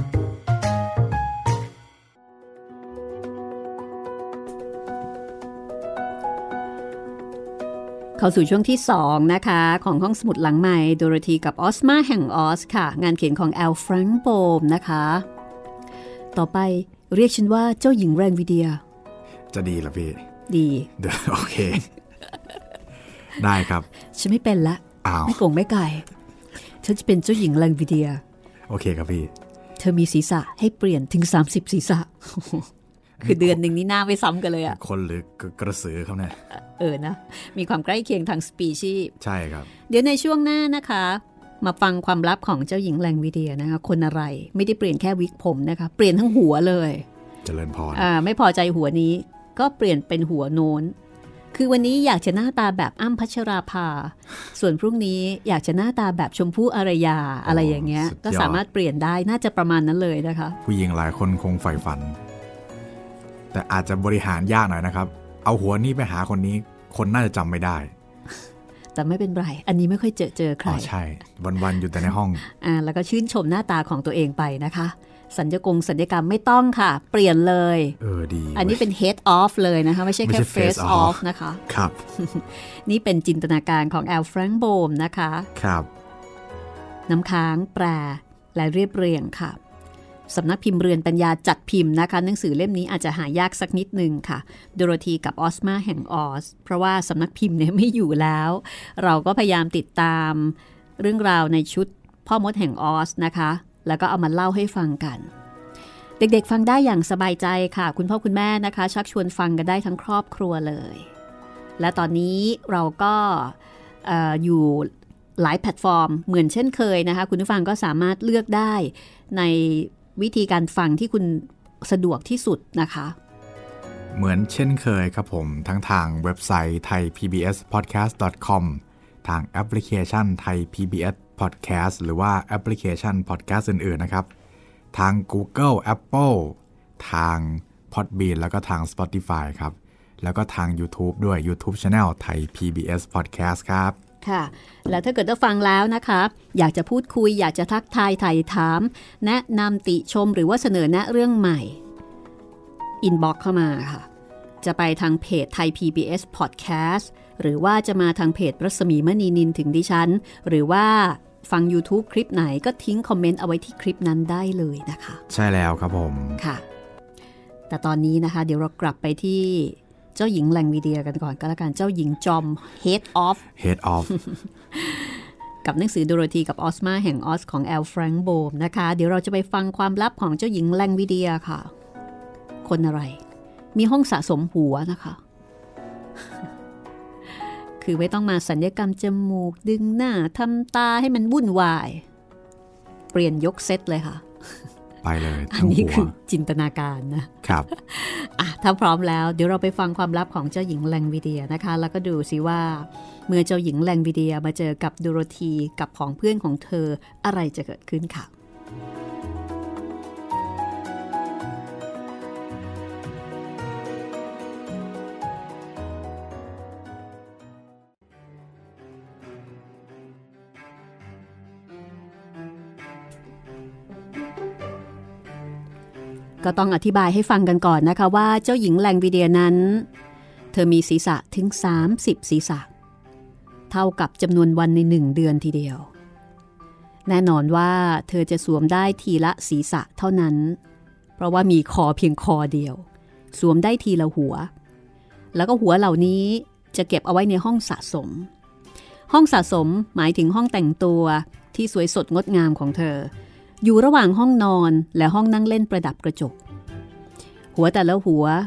เข้าสู่ช่วงที่สองนะคะของห้องสมุดหลังใหม่โดโรธีกับออสมาแห่งออสค่ะงานเขียนของแอลแฟรงค์โบมนะคะต่อไปเรียกฉันว่าเจ้าหญิงแรงวิเดียจะดีเหรอพี่ดีเดี๋ยวโอเคได้ครับฉันไม่เป็นละไม่โกงไม่ไก่ฉันจะเป็นเจ้าหญิงแรงวิเดียโอเคครับพี่เธอมีศีรษะให้เปลี่ยนถึงสามสิบศีรษะคือเดือนหนึ่งนี่หน้าไม่ซ้ำกันเลยอะคนหรือกระสือครับเนี่ยเออนะมีความใกล้เคียงทางสปีชีส์ใช่ครับเดี๋ยวในช่วงหน้านะคะมาฟังความลับของเจ้าหญิงแรงวิเดียนะคะคนอะไรไม่ได้เปลี่ยนแค่วิกผมนะคะเปลี่ยนทั้งหัวเลยเจริญพรอ่าไม่พอใจหัวนี้ก็เปลี่ยนเป็นหัวโน้นคือวันนี้อยากจะหน้าตาแบบอ้ำพัชราภาส่วนพรุ่งนี้อยากจะหน้าตาแบบชมพู่อารยาอะไรอย่างเงี้ยก็สามารถเปลี่ยนได้น่าจะประมาณนั้นเลยนะคะผู้หญิงหลายคนคงใฝ่ฝันแต่อาจจะบริหารยากหน่อยนะครับเอาหัวนี้ไปหาคนนี้คนน่าจะจำไม่ได้แต่ไม่เป็นไรอันนี้ไม่ค่อยเจอเจอใครอ๋อใช่วันๆอยู่แต่ในห้องอ่าแล้วก็ชื่นชมหน้าตาของตัวเองไปนะคะสัญญกงสัญญกรรมไม่ต้องค่ะเปลี่ยนเลยเออดีอันนี้เป็น head off เลยนะคะไม่ใช่แค่ face off นะคะครับนี่เป็นจินตนาการของแอลแฟรงค์โบมนะคะครับน้ำค้างแปลและเรียบเรียงค่ะสำนักพิมพ์เรือนปัญญาจัดพิมพ์นะคะหนังสือเล่มนี้อาจจะหายากสักนิดนึงค่ะโดโรธีกับออสมาแห่งออสเพราะว่าสำนักพิมพ์เนี่ยไม่อยู่แล้วเราก็พยายามติดตามเรื่องราวในชุดพ่อมดแห่งออสนะคะแล้วก็เอามาเล่าให้ฟังกันเด็กๆฟังได้อย่างสบายใจค่ะคุณพ่อคุณแม่นะคะชักชวนฟังกันได้ทั้งครอบครัวเลยและตอนนี้เราก็เอ่ออยู่หลายแพลตฟอร์มเหมือนเช่นเคยนะคะคุณผู้ฟังก็สามารถเลือกได้ในวิธีการฟังที่คุณสะดวกที่สุดนะคะเหมือนเช่นเคยครับผมทั้งทางเว็บไซต์ ไทย พี บี เอส พอดแคสต์ ดอท คอม ทางแอปพลิเคชัน Thai พี บี เอส Podcast หรือว่าแอปพลิเคชัน Podcast อื่นๆนะครับทาง Google Apple ทาง Podbean แล้วก็ทาง Spotify ครับแล้วก็ทาง YouTube ด้วย YouTube Channel ไทย พี บี เอส Podcast ครับค่ะแล้วถ้าเกิดได้ฟังแล้วนะคะอยากจะพูดคุยอยากจะทักทายไถ่ถามแนะนำติชมหรือว่าเสนอแนะเรื่องใหม่อินบ็อกซ์เข้ามาค่ะจะไปทางเพจไทย พี บี เอส Podcast หรือว่าจะมาทางเพจรัศมีมณีนินถึงดิฉันหรือว่าฟัง YouTube คลิปไหนก็ทิ้งคอมเมนต์เอาไว้ที่คลิปนั้นได้เลยนะคะใช่แล้วครับผมค่ะแต่ตอนนี้นะคะเดี๋ยวเรากลับไปที่เจ้าหญิงแลงวิเดียกันก่อนก็แล้วกันเจ้าหญิงจอม head off head off กับหนังสือโดโรธีกับออสมาแห่งออสของแอลแฟรงค์โบมนะคะเดี๋ยวเราจะไปฟังความลับของเจ้าหญิงแลงวิเดียค่ะคนอะไรมีห้องสะสมหัวนะคะคือไม่ต้องมาสัญญกรรมจมูกดึงหน้าทำตาให้มันวุ่นวายเปลี่ยนยกเซตเลยค่ะไปเลยอันนี้คือจินตนาการนะครับอ่ะถ้าพร้อมแล้วเดี๋ยวเราไปฟังความลับของเจ้าหญิงแลงวิเดียนะคะแล้วก็ดูสิว่าเมื่อเจ้าหญิงแลงวิเดียมาเจอกับโดโรธีกับผองเพื่อนของเธออะไรจะเกิดขึ้นค่ะก็ต้องอธิบายให้ฟังกันก่อนนะคะว่าเจ้าหญิงแลงวิเดียนั้นเธอมีศีรษะถึงสามสิบศีรษะเท่ากับจำนวนวันในหนึ่งเดือนทีเดียวแน่นอนว่าเธอจะสวมได้ทีละศีรษะเท่านั้นเพราะว่ามีคอเพียงคอเดียวสวมได้ทีละหัวแล้วก็หัวเหล่านี้จะเก็บเอาไว้ในห้องสะสมห้องสะสมหมายถึงห้องแต่งตัวที่สวยสดงดงามของเธออยู่ระหว่างห้องนอนและห้องนั่งเล่นประดับกระจกหัวแต่ละหัว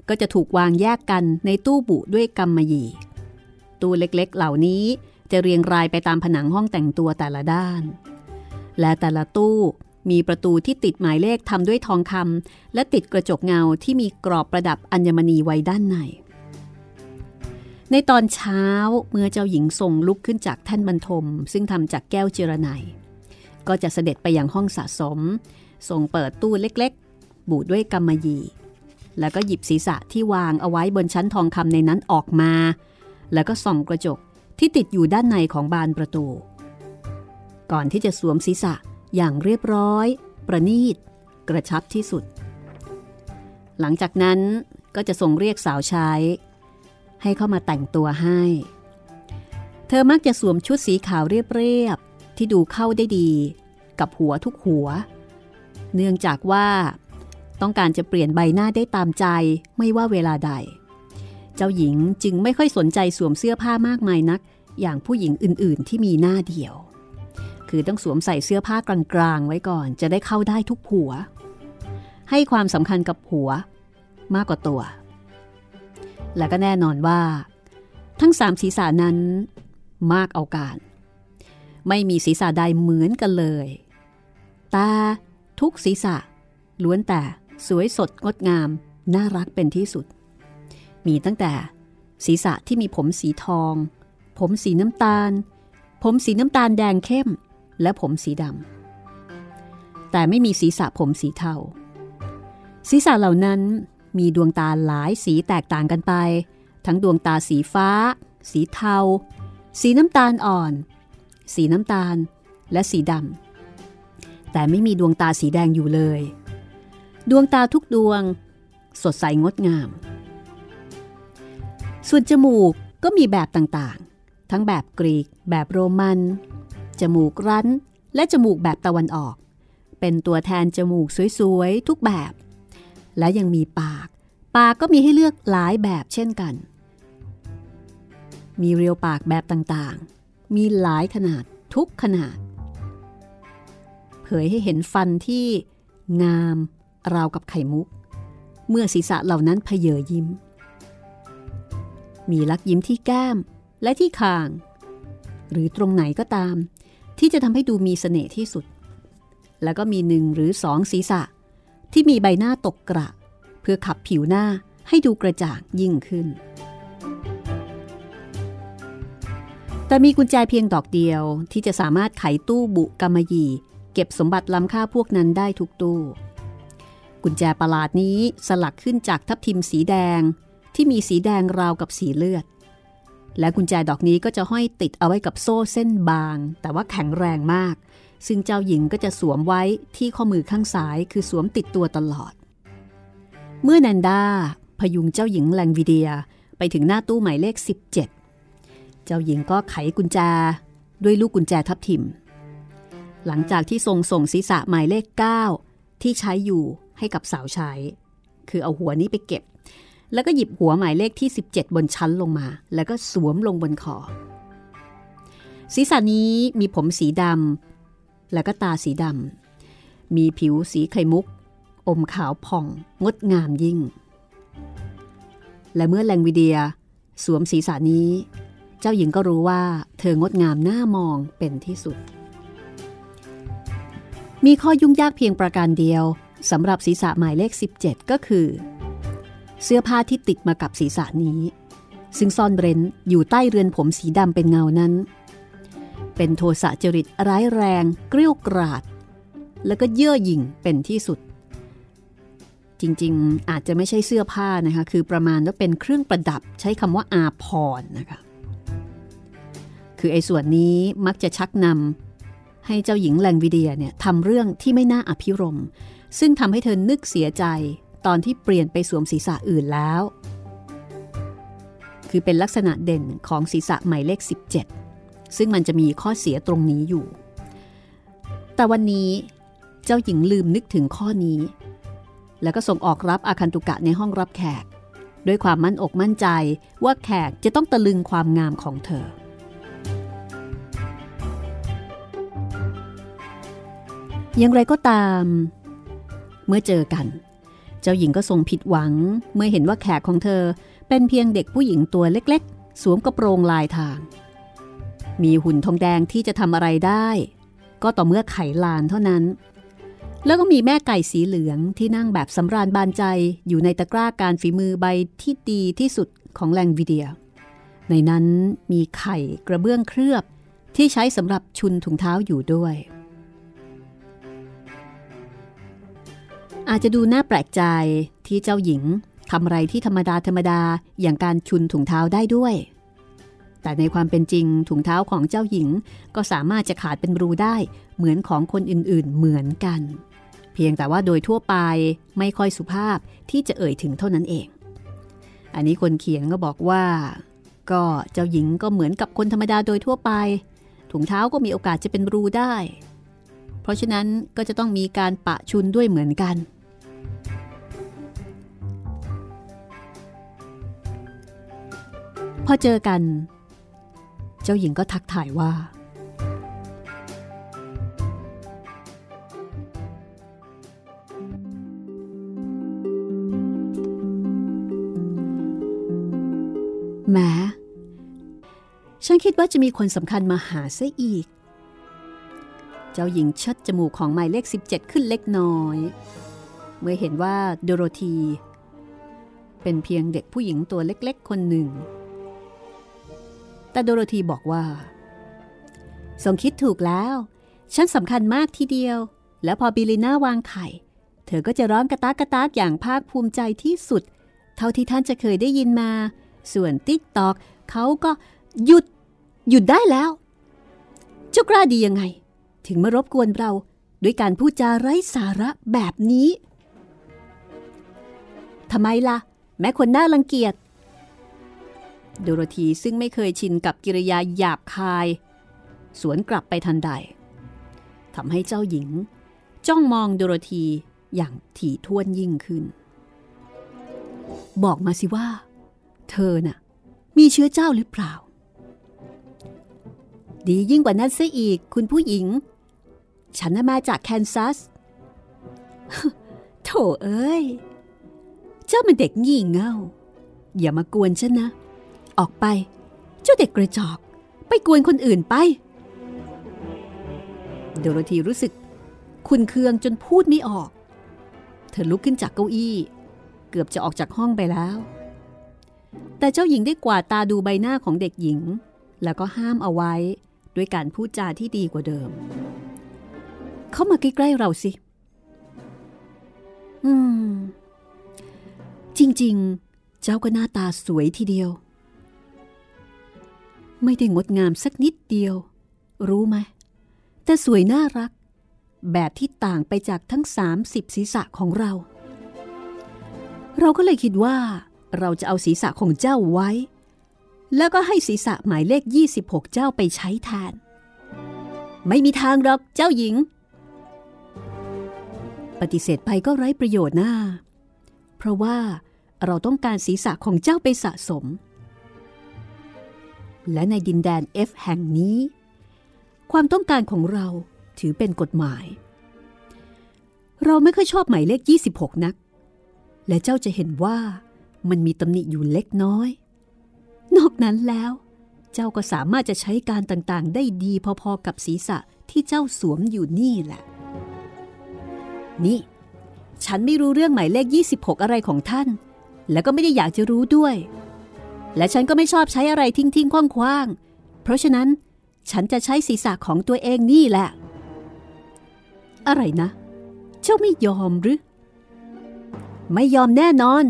ก็จะถูกวางแยกกันในตู้บุด้วยกำมะหยี่ตู้เล็กๆเหล่านี้จะเรียงรายไปตามผนังห้องแต่งตัวแต่ละด้านและแต่ละตู้มีประตูที่ติดหมายเลขทำด้วยทองคำและติดกระจกเงาที่มีกรอบประดับอัญมณีไว้ด้านในในตอนเช้าเมื่อเจ้าหญิงทรงลุกขึ้นจากแท่นบรรทมซึ่งทำจากแก้วเจรไนก็จะเสด็จไปยังห้องสะสมทรงเปิดตู้เล็กๆบูดด้วยกำมะหยี่แล้วก็หยิบศีรษะที่วางเอาไว้บนชั้นทองคำในนั้นออกมาแล้วก็ส่องกระจกที่ติดอยู่ด้านในของบานประตูก่อนที่จะสวมศีรษะอย่างเรียบร้อยประณีตกระชับที่สุดหลังจากนั้นก็จะทรงเรียกสาวใช้ให้เข้ามาแต่งตัวให้เธอมักจะสวมชุดสีขาวเรียบๆที่ดูเข้าได้ดีกับหัวทุกหัวเนื่องจากว่าต้องการจะเปลี่ยนใบหน้าได้ตามใจไม่ว่าเวลาใดเจ้าหญิงจึงไม่ค่อยสนใจสวมเสื้อผ้ามากมายนักอย่างผู้หญิงอื่นๆที่มีหน้าเดียวคือต้องสวมใส่เสื้อผ้ากลางๆไว้ก่อนจะได้เข้าได้ทุกหัวให้ความสำคัญกับหัวมากกว่าตัวและก็แน่นอนว่าทั้งสามศีรษะนั้นมากเอาการไม่มีศีรษะใดเหมือนกันเลยตาทุกศีรษะล้วนแต่สวยสดงดงามน่ารักเป็นที่สุดมีตั้งแต่ศีรษะที่มีผมสีทองผมสีน้ำตาลผมสีน้ำตาลแดงเข้มและผมสีดำแต่ไม่มีศีรษะผมสีเทาศีรษะเหล่านั้นมีดวงตาหลายสีแตกต่างกันไปทั้งดวงตาสีฟ้าสีเทาสีน้ำตาลอ่อนสีน้ำตาลและสีดำแต่ไม่มีดวงตาสีแดงอยู่เลยดวงตาทุกดวงสดใสงดงามส่วนจมูกก็มีแบบต่างๆทั้งแบบกรีกแบบโรมันจมูกรั้นและจมูกแบบตะวันออกเป็นตัวแทนจมูกสวยๆทุกแบบและยังมีปากปากก็มีให้เลือกหลายแบบเช่นกันมีเรียวปากแบบต่างๆมีหลายขนาดทุกขนาดเผยให้เห็นฟันที่งามราวกับไข่มุกเมื่อศีรษะเหล่านั้นเผยยิ้มมีลักยิ้มที่แก้มและที่คางหรือตรงไหนก็ตามที่จะทำให้ดูมีเสน่ห์ที่สุดแล้วก็มีหนึ่งหรือสองศีรษะที่มีใบหน้าตกกระเพื่อขับผิวหน้าให้ดูกระจ่างยิ่งขึ้นแต่มีกุญแจเพียงดอกเดียวที่จะสามารถไขตู้บุกำมะหยี่เก็บสมบัติล้ำค่าพวกนั้นได้ทุกตู้กุญแจประหลาดนี้สลักขึ้นจากทับทิมสีแดงที่มีสีแดงราวกับสีเลือดและกุญแจดอกนี้ก็จะห้อยติดเอาไว้กับโซ่เส้นบางแต่ว่าแข็งแรงมากซึ่งเจ้าหญิงก็จะสวมไว้ที่ข้อมือข้างซ้ายคือสวมติดตัวตลอดเมื่อแนนด้าพยุงเจ้าหญิงแลงวิเดียไปถึงหน้าตู้หมายเลขสิบเจ็ดเจ้าหญิงก็ไขกุญแจด้วยลูกกุญแจทับทิมหลังจากที่ทรงส่งศีรษะหมายเลขเก้าที่ใช้อยู่ให้กับสาวใช้คือเอาหัวนี้ไปเก็บแล้วก็หยิบหัวหมายเลขที่สิบเจ็ดบนชั้นลงมาแล้วก็สวมลงบนคอศีรษะนี้มีผมสีดำแล้วก็ตาสีดำมีผิวสีไข่มุกอมขาวผ่องงดงามยิ่งและเมื่อแลงวิเดียสวมศีรษะนี้เจ้าหญิงก็รู้ว่าเธองดงามน่ามองเป็นที่สุดมีข้อยุ่งยากเพียงประการเดียวสำหรับศีรษะหมายเลขสิบเจ็ดก็คือเสื้อผ้าที่ติดมากับศีรษะนี้ซึ่งซ่อนเร้นอยู่ใต้เรือนผมสีดำเป็นเงานั้นเป็นโทสะจริตร้ายแรงเกรี้ยวกราดแล้วก็เย่อหยิ่งเป็นที่สุดจริงๆอาจจะไม่ใช่เสื้อผ้านะคะคือประมาณว่าเป็นเครื่องประดับใช้คำว่าอาภรณ์นะคะคือไอ้ส่วนนี้มักจะชักนำให้เจ้าหญิงแลงวิเดียเนี่ยทำเรื่องที่ไม่น่าอภิรมย์ซึ่งทำให้เธอนึกเสียใจตอนที่เปลี่ยนไปสวมศีรษะอื่นแล้วคือเป็นลักษณะเด่นของศีรษะหมายเลขสิบเจ็ดซึ่งมันจะมีข้อเสียตรงนี้อยู่แต่วันนี้เจ้าหญิงลืมนึกถึงข้อนี้แล้วก็ส่งออกรับอาคันตุกะในห้องรับแขกด้วยความมั่นอกมั่นใจว่าแขกจะต้องตะลึงความงามของเธออย่างไรก็ตามเมื่อเจอกันเจ้จ้าหญิงก็ทรงผิดหวังเมื่อเห็นว่าแขกของเธอเป็นเพียงเด็กผู้หญิงตัวเล็กๆสวมกระโปรงลายทางมีหุ่นทองแดงที่จะทำอะไรได้ก็ต่อเมื่อไขลานเท่านั้นแล้วก็มีแม่ไก่สีเหลืองที่นั่งแบบสำราญบานใจอยู่ในตะกร้าการฝีมือใบที่ดีที่สุดของแลงวิเดียในนั้นมีไข่กระเบื้องเคลือบที่ใช้สำหรับชุนถุงเท้าอยู่ด้วยอาจจะดูน่าแปลกใจที่เจ้าหญิงทำอะไรที่ธรรมดาธรรมดาอย่างการชุนถุงเท้าได้ด้วยแต่ในความเป็นจริงถุงเท้าของเจ้าหญิงก็สามารถจะขาดเป็นรูได้เหมือนของคนอื่นๆเหมือนกันเพียงแต่ว่าโดยทั่วไปไม่ค่อยสุภาพที่จะเอ่ยถึงเท่านั้นเองอันนี้คนเขียนก็บอกว่าก็เจ้าหญิงก็เหมือนกับคนธรรมดาโดยทั่วไปถุงเท้าก็มีโอกาสจะเป็นรูได้เพราะฉะนั้นก็จะต้องมีการปะชุนด้วยเหมือนกันพอเจอกันเจ้าหญิงก็ทักทายว่าแหมฉันคิดว่าจะมีคนสำคัญมาหาซะอีกเจ้าหญิงเชิดจมูกของหมายเลขสิบเจ็ดขึ้นเล็กน้อยเมื่อเห็นว่าโดโรธีเป็นเพียงเด็กผู้หญิงตัวเล็กๆคนหนึ่งแต่โดโรธีบอกว่าทรงคิดถูกแล้วฉันสำคัญมากทีเดียวแล้วพอบิลิน่าวางไข่เธอก็จะร้องกระตากกระตากอย่างภาคภูมิใจที่สุดเท่าที่ท่านจะเคยได้ยินมาส่วนติ๊กตอกเขาก็หยุดหยุดได้แล้วเจ้ากล้าดียังไงถึงมารบกวนเราด้วยการพูดจาไร้สาระแบบนี้ทำไมล่ะแม้คนน่ารังเกียจโดโรธีซึ่งไม่เคยชินกับกิริยาหยาบคายสวนกลับไปทันใดทำให้เจ้าหญิงจ้องมองโดโรธีอย่างถี่ถ้วนยิ่งขึ้นบอกมาสิว่าเธอน่ะมีเชื้อเจ้าหรือเปล่าดียิ่งกว่านั้นซะอีกคุณผู้หญิงฉันมาจากแคนซัส โถเอ้ยเจ้ามันเด็กงี่เง่าอย่ามากวนฉันนะออกไปเจ้าเด็กกระจอกไปกวนคนอื่นไปโดโรธีรู้สึกขุ่นเคืองจนพูดไม่ออกเธอลุกขึ้นจากเก้าอี้เกือบจะออกจากห้องไปแล้วแต่เจ้าหญิงได้กวาดตาดูใบหน้าของเด็กหญิงแล้วก็ห้ามเอาไว้ด้วยการพูดจาที่ดีกว่าเดิมเข้ามาใกล้ๆเราสิอืมจริงๆเจ้าก็หน้าตาสวยทีเดียวไม่ได้งดงามสักนิดเดียวรู้ไหมแต่สวยน่ารักแบบที่ต่างไปจากทั้งสามสิบศีรษะของเราเราก็เลยคิดว่าเราจะเอาศีรษะของเจ้าไว้แล้วก็ให้ศีรษะหมายเลขยี่สิบหกเจ้าไปใช้แทนไม่มีทางหรอกเจ้าหญิงปฏิเสธไปก็ไร้ประโยชน์น่าเพราะว่าเราต้องการศีรษะของเจ้าไปสะสมและในดินแดน F แห่งนี้ความต้องการของเราถือเป็นกฎหมายเราไม่ค่อยชอบหมายเลขยี่สิบหกนักและเจ้าจะเห็นว่ามันมีตำหนิอยู่เล็กน้อยนอกนั้นแล้วเจ้าก็สามารถจะใช้การต่างๆได้ดีพอๆกับศีรษะที่เจ้าสวมอยู่นี่แหละนี่ฉันไม่รู้เรื่องหมายเลขยี่สิบหกอะไรของท่านและก็ไม่ได้อยากจะรู้ด้วยและฉันก็ไม่ชอบใช้อะไรทิ้งๆคว้างๆเพราะฉะนั้นฉันจะใช้ศีรษะของตัวเองนี่แหละอะไรนะเจ้าไม่ยอมหรือไม่ยอมแน่นอน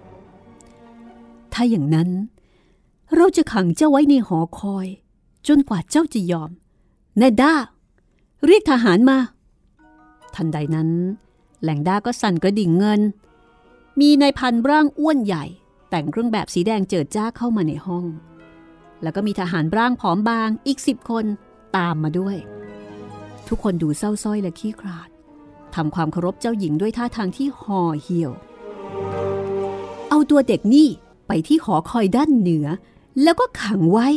ถ้าอย่างนั้นเราจะขังเจ้าไว้ในหอคอยจนกว่าเจ้าจะยอมแนด้าเรียกทหารมาทันใดนั้นแหล่งด้าก็สั่นกระดิ่งเงินมีนายพันร่างอ้วนใหญ่แต่งเครื่องแบบสีแดงเจิดจ้าเข้ามาในห้องแล้วก็มีทหารร่างผอมบางอีกสิบคนตามมาด้วยทุกคนดูเศร้าส้อยและขี้ขลาดทำความเคารพเจ้าหญิงด้วยท่าทางที่ห่อเหี่ยวเอาตัวเด็กนี่ไปที่หอคอยด้านเหนือแล้วก็ขังไว้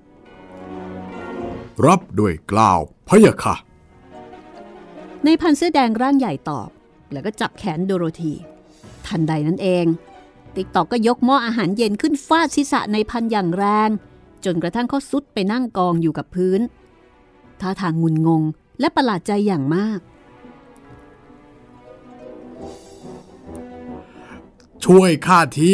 รับด้วยกล่าวพะยะค่ะในพันเสื้อแดงร่างใหญ่ตอบแล้วก็จับแขนโดโรธีทันใดนั้นเองติ๊กตอกก็ยกหม้ออาหารเย็นขึ้นฟาดศีรษะในพันอย่างแรงจนกระทั่งเขาซุดไปนั่งกองอยู่กับพื้นท่าทางงุนงงและประหลาดใจอย่างมากช่วยข้าที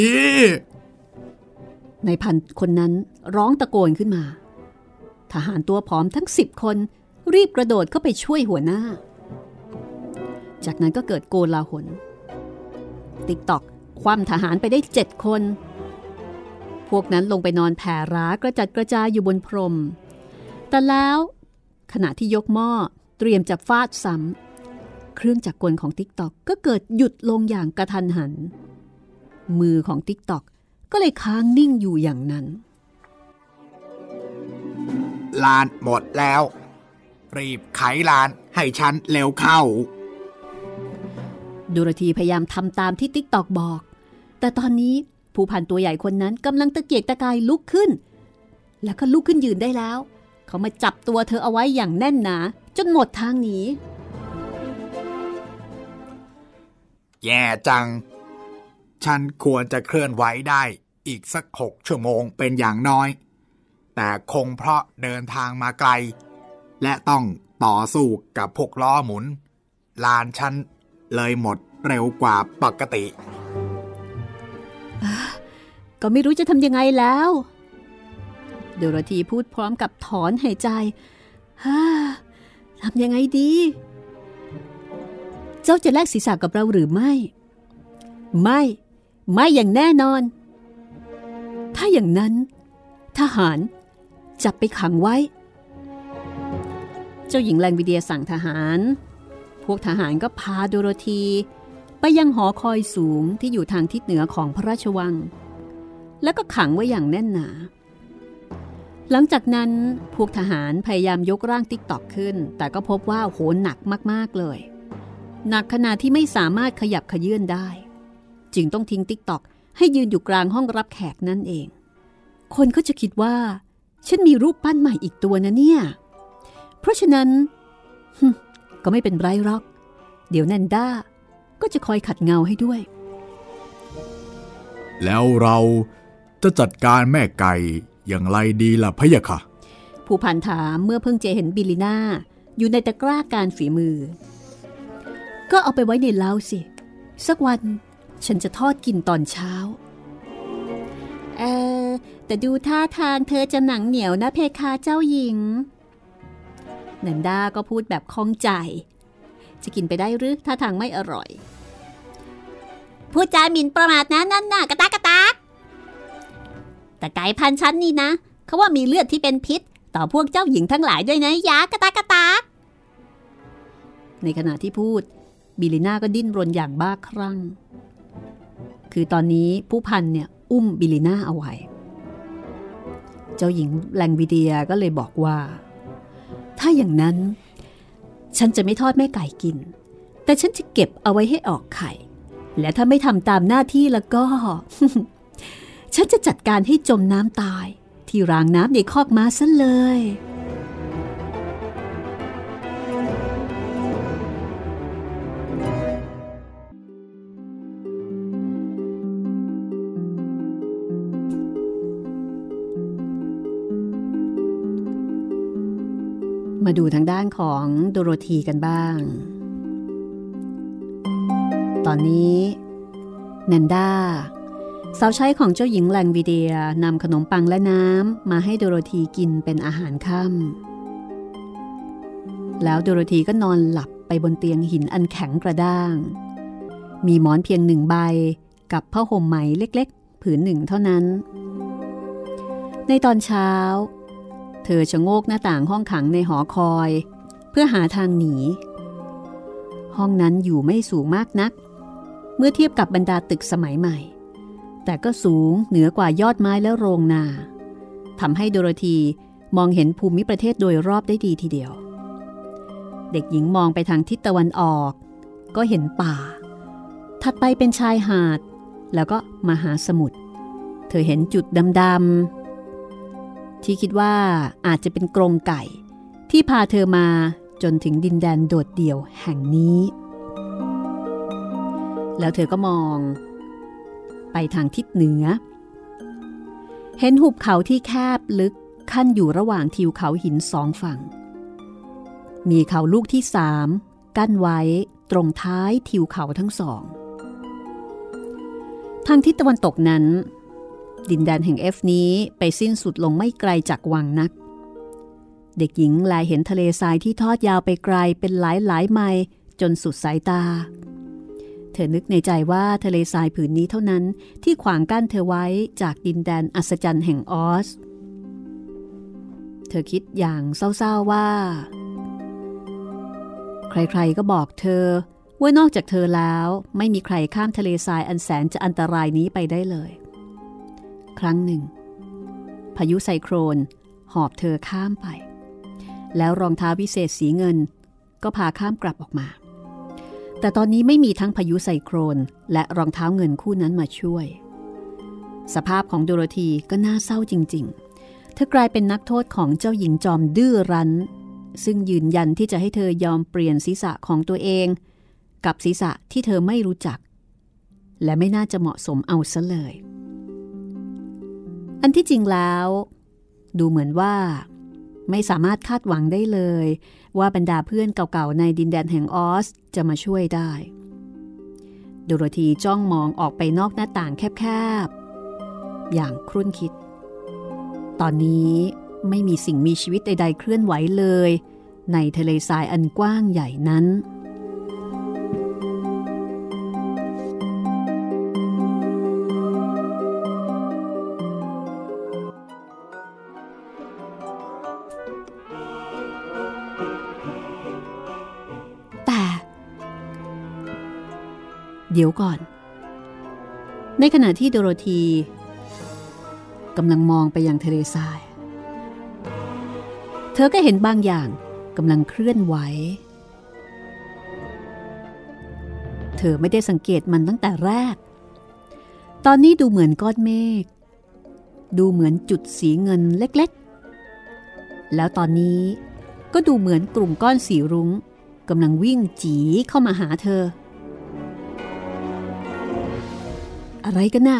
ในพันคนนั้นร้องตะโกนขึ้นมาทหารตัวผอมทั้งสิบคนรีบกระโดดเข้าไปช่วยหัวหน้าจากนั้นก็เกิดโกลาหลติ๊กตอกคว่ำทหารไปได้เจ็ดคนพวกนั้นลงไปนอนแผ่ร้ากระจัดกระจายอยู่บนพรมแต่แล้วขณะที่ยกหม้อเตรียมจะฟาดซ้ำเครื่องจักรกลของติ๊กตอกก็เกิดหยุดลงอย่างกระทันหันมือของติ๊กตอกก็เลยค้างนิ่งอยู่อย่างนั้นลานหมดแล้วรีบไขลานให้ฉันเร็วเข้าโดโรธีพยายามทำตามที่ติ๊กตอกบอกแต่ตอนนี้ผู้พันตัวใหญ่คนนั้นกำลังตะเกียกตะกายลุกขึ้นแล้วก็ลุกขึ้นยืนได้แล้วเขามาจับตัวเธอเอาไว้อย่างแน่นหนาจนหมดทางหนีแย่จังฉันควรจะเคลื่อนไหวได้อีกสักหกชั่วโมงเป็นอย่างน้อยแต่คงเพราะเดินทางมาไกลและต้องต่อสู้กับพวกล้อหมุนลานฉันเลยหมดเร็วกว่าปกติก็ไม่รู้จะทำยังไงแล้วโดโรธีพูดพร้อมกับถอนหายใจฮ่าทำยังไงดีเจ้าจะแลกศีรษะกับเราหรือไม่ไม่ไม่อย่างแน่นอนถ้าอย่างนั้นทหารจับไปขังไว้เจ้าหญิงแลงวิเดียสั่งทหารพวกทหารก็พาโดโรธีไปยังหอคอยสูงที่อยู่ทางทิศเหนือของพระราชวังแล้วก็ขังไว้อย่างแน่นหนาหลังจากนั้นพวกทหารพยายามยกร่างติ๊กตอกขึ้นแต่ก็พบว่าโหหนักมากๆเลยหนักขนาดที่ไม่สามารถขยับขยื่นได้จึงต้องทิ้งติ๊กตอกให้ยืนอยู่กลางห้องรับแขกนั่นเองคนก็จะคิดว่าฉันมีรูปปั้นใหม่อีกตัวนะเนี่ยเพราะฉะนั้นก็ไม่เป็นไรหรอกเดี๋ยวแนนด้าก็จะคอยขัดเงาให้ด้วยแล้วเราจะจัดการแม่ไก่อย่างไรดีล่ะพะยะค่ะผู้พันถามเมื่อเพิ่งจะเห็นบิลิน่าอยู่ในตะกร้าการฝีมือก็เอาไปไว้ในเล้าสิสักวันฉันจะทอดกินตอนเช้าเออแต่ดูท่าทางเธอจะหนังเหนียวนะเพคะเจ้าหญิงแนนด้าก็พูดแบบคล่องใจจะกินไปได้หรือท่าทางไม่อร่อยพูดจาหมิ่นประมาทนะนั่นน่ะกระตากกระตากแต่ไก่พันชั้นนี่นะเขาว่ามีเลือดที่เป็นพิษต่อพวกเจ้าหญิงทั้งหลายด้วยนะยากระตากกระตากในขณะที่พูดบิลิน่าก็ดิ้นรนอย่างบ้าคลั่งคือตอนนี้ผู้พันเนี่ยอุ้มบิลิน่าเอาไว้เจ้าหญิงแลงวิเดียก็เลยบอกว่าถ้าอย่างนั้นฉันจะไม่ทอดแม่ไก่กินแต่ฉันจะเก็บเอาไว้ให้ออกไข่และถ้าไม่ทำตามหน้าที่แล้วก็ ฉันจะจัดการให้จมน้ำตายที่รางน้ำในคอกม้าซะเลยมาดูทางด้านของโดโรธีกันบ้างตอนนี้แนนด้าสาวใช้ของเจ้าหญิงแลงวิเดียนำขนมปังและน้ำมาให้โดโรธีกินเป็นอาหารค่ำแล้วโดโรธีก็นอนหลับไปบนเตียงหินอันแข็งกระด้างมีหมอนเพียงหนึ่งใบกับผ้าห่มไหมเล็กๆผืนหนึ่งเท่านั้นในตอนเช้าเธอชะโงกหน้าต่างห้องขังในหอคอยเพื่อหาทางหนีห้องนั้นอยู่ไม่สูงมากนักเมื่อเทียบกับบรรดาตึกสมัยใหม่แต่ก็สูงเหนือกว่ายอดไม้และโรงนาทำให้โดโรธีมองเห็นภูมิประเทศโดยรอบได้ดีทีเดียวเด็กหญิงมองไปทางทิศตะวันออกก็เห็นป่าถัดไปเป็นชายหาดแล้วก็มหาสมุทรเธอเห็นจุดดำๆที่คิดว่าอาจจะเป็นกรงไก่ที่พาเธอมาจนถึงดินแดนโดดเดี่ยวแห่งนี้แล้วเธอก็มองไปทางทิศเหนือเห็นหุบเขาที่แคบลึกขั้นอยู่ระหว่างทิวเขาหินสองฝั่งมีเขาลูกที่สามกั้นไว้ตรงท้ายทิวเขาทั้งสองทางทิศตะวันตกนั้นดินแดนแห่งเอฟนี้ไปสิ้นสุดลงไม่ไกลจากวังนักเด็กหญิงแลเห็นทะเลทรายที่ทอดยาวไปไกลเป็นหลายหลายไมล์จนสุดสายตาเธอนึกในใจว่าทะเลทรายผืนนี้เท่านั้นที่ขวางกั้นเธอไว้จากดินแดนอัศจรรย์แห่งออสเธอคิดอย่างเศร้าๆว่าใครๆก็บอกเธอว่านอกจากเธอแล้วไม่มีใครข้ามทะเลทรายอันแสนจะอันตรายนี้ไปได้เลยครั้งหนึ่งพายุไซโครนหอบเธอข้ามไปแล้วรองเท้าวิเศษสีเงินก็พาข้ามกลับออกมาแต่ตอนนี้ไม่มีทั้งพายุไซโครนและรองเท้าเงินคู่นั้นมาช่วยสภาพของโดโรธีก็น่าเศร้าจริงๆเธอกลายเป็นนักโทษของเจ้าหญิงจอมดื้อรั้นซึ่งยืนยันที่จะให้เธอยอมเปลี่ยนศีรษะของตัวเองกับศีรษะที่เธอไม่รู้จักและไม่น่าจะเหมาะสมเอาซะเลยอันที่จริงแล้วดูเหมือนว่าไม่สามารถคาดหวังได้เลยว่าบรรดาเพื่อนเก่าๆในดินแดนแห่งออสจะมาช่วยได้โดโรธีจ้องมองออกไปนอกหน้าต่างแคบๆอย่างครุ่นคิดตอนนี้ไม่มีสิ่งมีชีวิตใดๆเคลื่อนไหวเลยในทะเลทรายอันกว้างใหญ่นั้นเดี๋ยวก่อนในขณะที่โดโรธีกำลังมองไปยังทะเลทรายเธอก็เห็นบางอย่างกำลังเคลื่อนไหวเธอไม่ได้สังเกตมันตั้งแต่แรกตอนนี้ดูเหมือนก้อนเมฆดูเหมือนจุดสีเงินเล็กๆแล้วตอนนี้ก็ดูเหมือนกลุ่มก้อนสีรุ้งกำลังวิ่งจี๋เข้ามาหาเธออะไรกันน่ะ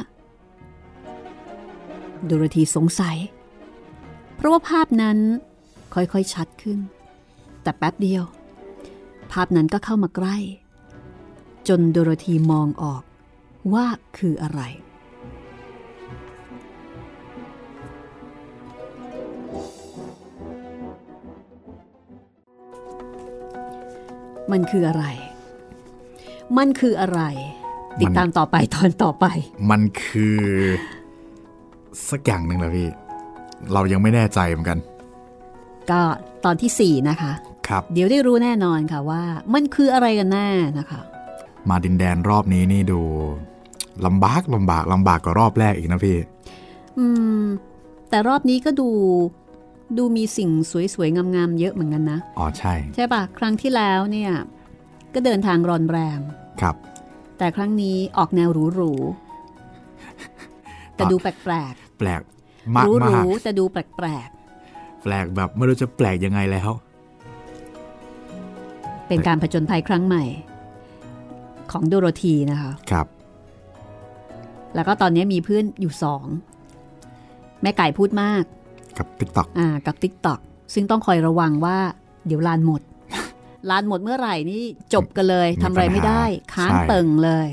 โดโรธีสงสัยเพราะว่าภาพนั้นค่อยๆชัดขึ้นแต่แป๊บเดียวภาพนั้นก็เข้ามาใกล้จนโดโรธีมองออกว่าคืออะไรมันคืออะไรมันคืออะไรติดตามต่อไปตอนต่อไปมันคือสักอย่างหนึ่งเหรอพี่เรายังไม่แน่ใจเหมือนกันก็ตอนที่สี่นะคะครับเดี๋ยวได้รู้แน่นอนค่ะว่ามันคืออะไรกันแน่นะคะมาดินแดนรอบนี้นี่ดูลำบากลำบากลำบากกว่ารอบแรกอีกนะพี่อืมแต่รอบนี้ก็ดูดูมีสิ่งสวยๆงามๆเยอะเหมือนกันนะอ๋อใช่ใช่ป่ะครั้งที่แล้วเนี่ยก็เดินทางรอนแรมครับแต่ครั้งนี้ออกแนวหรูๆแต่ดูแปลกแปลกแปลกมากมากแต่ดูแปลกแปลกแปลกแบบไม่รู้จะแปลกยังไงแล้วเป็นการผจญภัยครั้งใหม่ของโดโรธีนะคะครับแล้วก็ตอนนี้มีเพื่อนอยู่สองแม่ไก่พูดมากกับ TikTok อ่ากับ TikTok ซึ่งต้องคอยระวังว่าเดี๋ยวลานหมดลานหมดเมื่อไหร่นี่จบกันเลยทำอะไรไม่ได้ค้างเติ่งเลย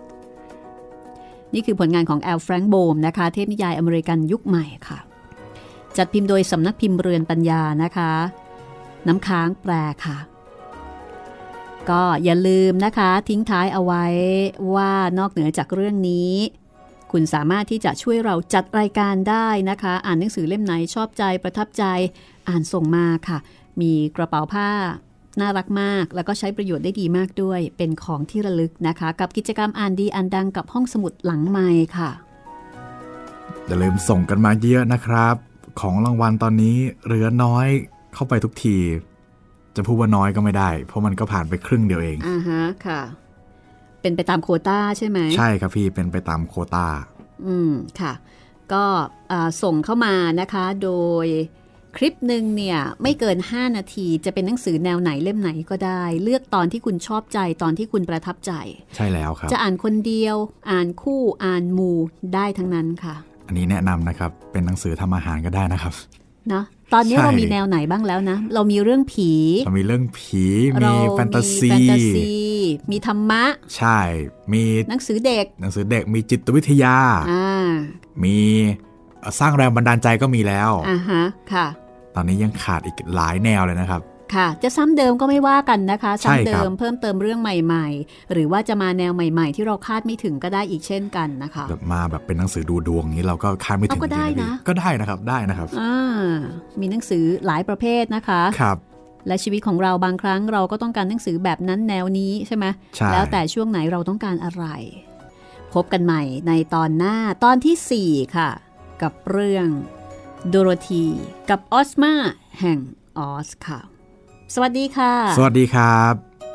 นี่คือผลงานของแอลแฟรงค์โบมนะคะเทพนิยายอเมริกันยุคใหม่ค่ะจัดพิมพ์โดยสำนักพิมพ์เรือนปัญญานะคะน้ำค้างแปลค่ะก็อย่าลืมนะคะทิ้งท้ายเอาไว้ว่านอกเหนือจากเรื่องนี้คุณสามารถที่จะช่วยเราจัดรายการได้นะคะอ่านหนังสือเล่มไหนชอบใจประทับใจอ่านส่งมาค่ะมีกระเป๋าผ้าน่ารักมากแล้วก็ใช้ประโยชน์ได้ดีมากด้วยเป็นของที่ระลึกนะคะกับกิจกรรมอ่านดีอ่านดังกับห้องสมุดหลังไมค์ค่ะอย่าลืมส่งกันมาเยอะนะครับของรางวัลตอนนี้เหลือน้อยเข้าไปทุกทีจะพูดว่าน้อยก็ไม่ได้เพราะมันก็ผ่านไปครึ่งเดียวเองอ่าฮะค่ะเป็นไปตามโควต้าใช่ไหมใช่ครับพี่เป็นไปตามโควต้าอืมค่ะก็ส่งเข้ามานะคะโดยคลิปหนึ่งเนี่ยไม่เกินห้านาทีจะเป็นหนังสือแนวไหนเล่มไหนก็ได้เลือกตอนที่คุณชอบใจตอนที่คุณประทับใจใช่แล้วครับจะอ่านคนเดียวอ่านคู่อ่านหมู่ได้ทั้งนั้นค่ะอันนี้แนะนำนะครับเป็นหนังสือทำอาหารก็ได้นะครับเนาะตอนนี้เรามีแนวไหนบ้างแล้วนะเรามีเรื่องผีเรามีเรื่องผีมีแฟนตาซีมีธรรมะใช่มีหนังสือเด็กหนังสือเด็กมีจิตวิทยาอ่ามีสร้างแรงบันดาลใจก็มีแล้วอ่าฮะค่ะตอนนี้ยังขาดอีกหลายแนวเลยนะครับค่ะจะซ้ำเดิมก็ไม่ว่ากันนะคะซ้ำเดิมเพิ่มเติมเรื่องใหม่ๆหรือว่าจะมาแนวใหม่ๆที่เราคาดไม่ถึงก็ได้อีกเช่นกันนะคะแบบมาแบบเป็นหนังสือดูดวงนี้เราก็คาดไม่ถึงก็ได้นะก็ได้นะครับได้นะครับอ่ามีหนังสือหลายประเภทนะคะครับและชีวิตของเราบางครั้งเราก็ต้องการหนังสือแบบนั้นแนวนี้ใช่ไหมแล้วแต่ช่วงไหนเราต้องการอะไรพบกันใหม่ในตอนหน้าตอนที่สี่ค่ะกับเรื่องโดโรธีกับออสมาแห่งออสค่ะสวัสดีค่ะสวัสดีครับ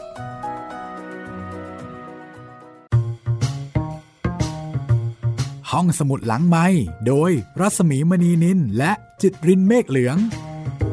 ห้องสมุดหลังไมค์โดยรัศมีมณีนินและจิตรินเมฆเหลือง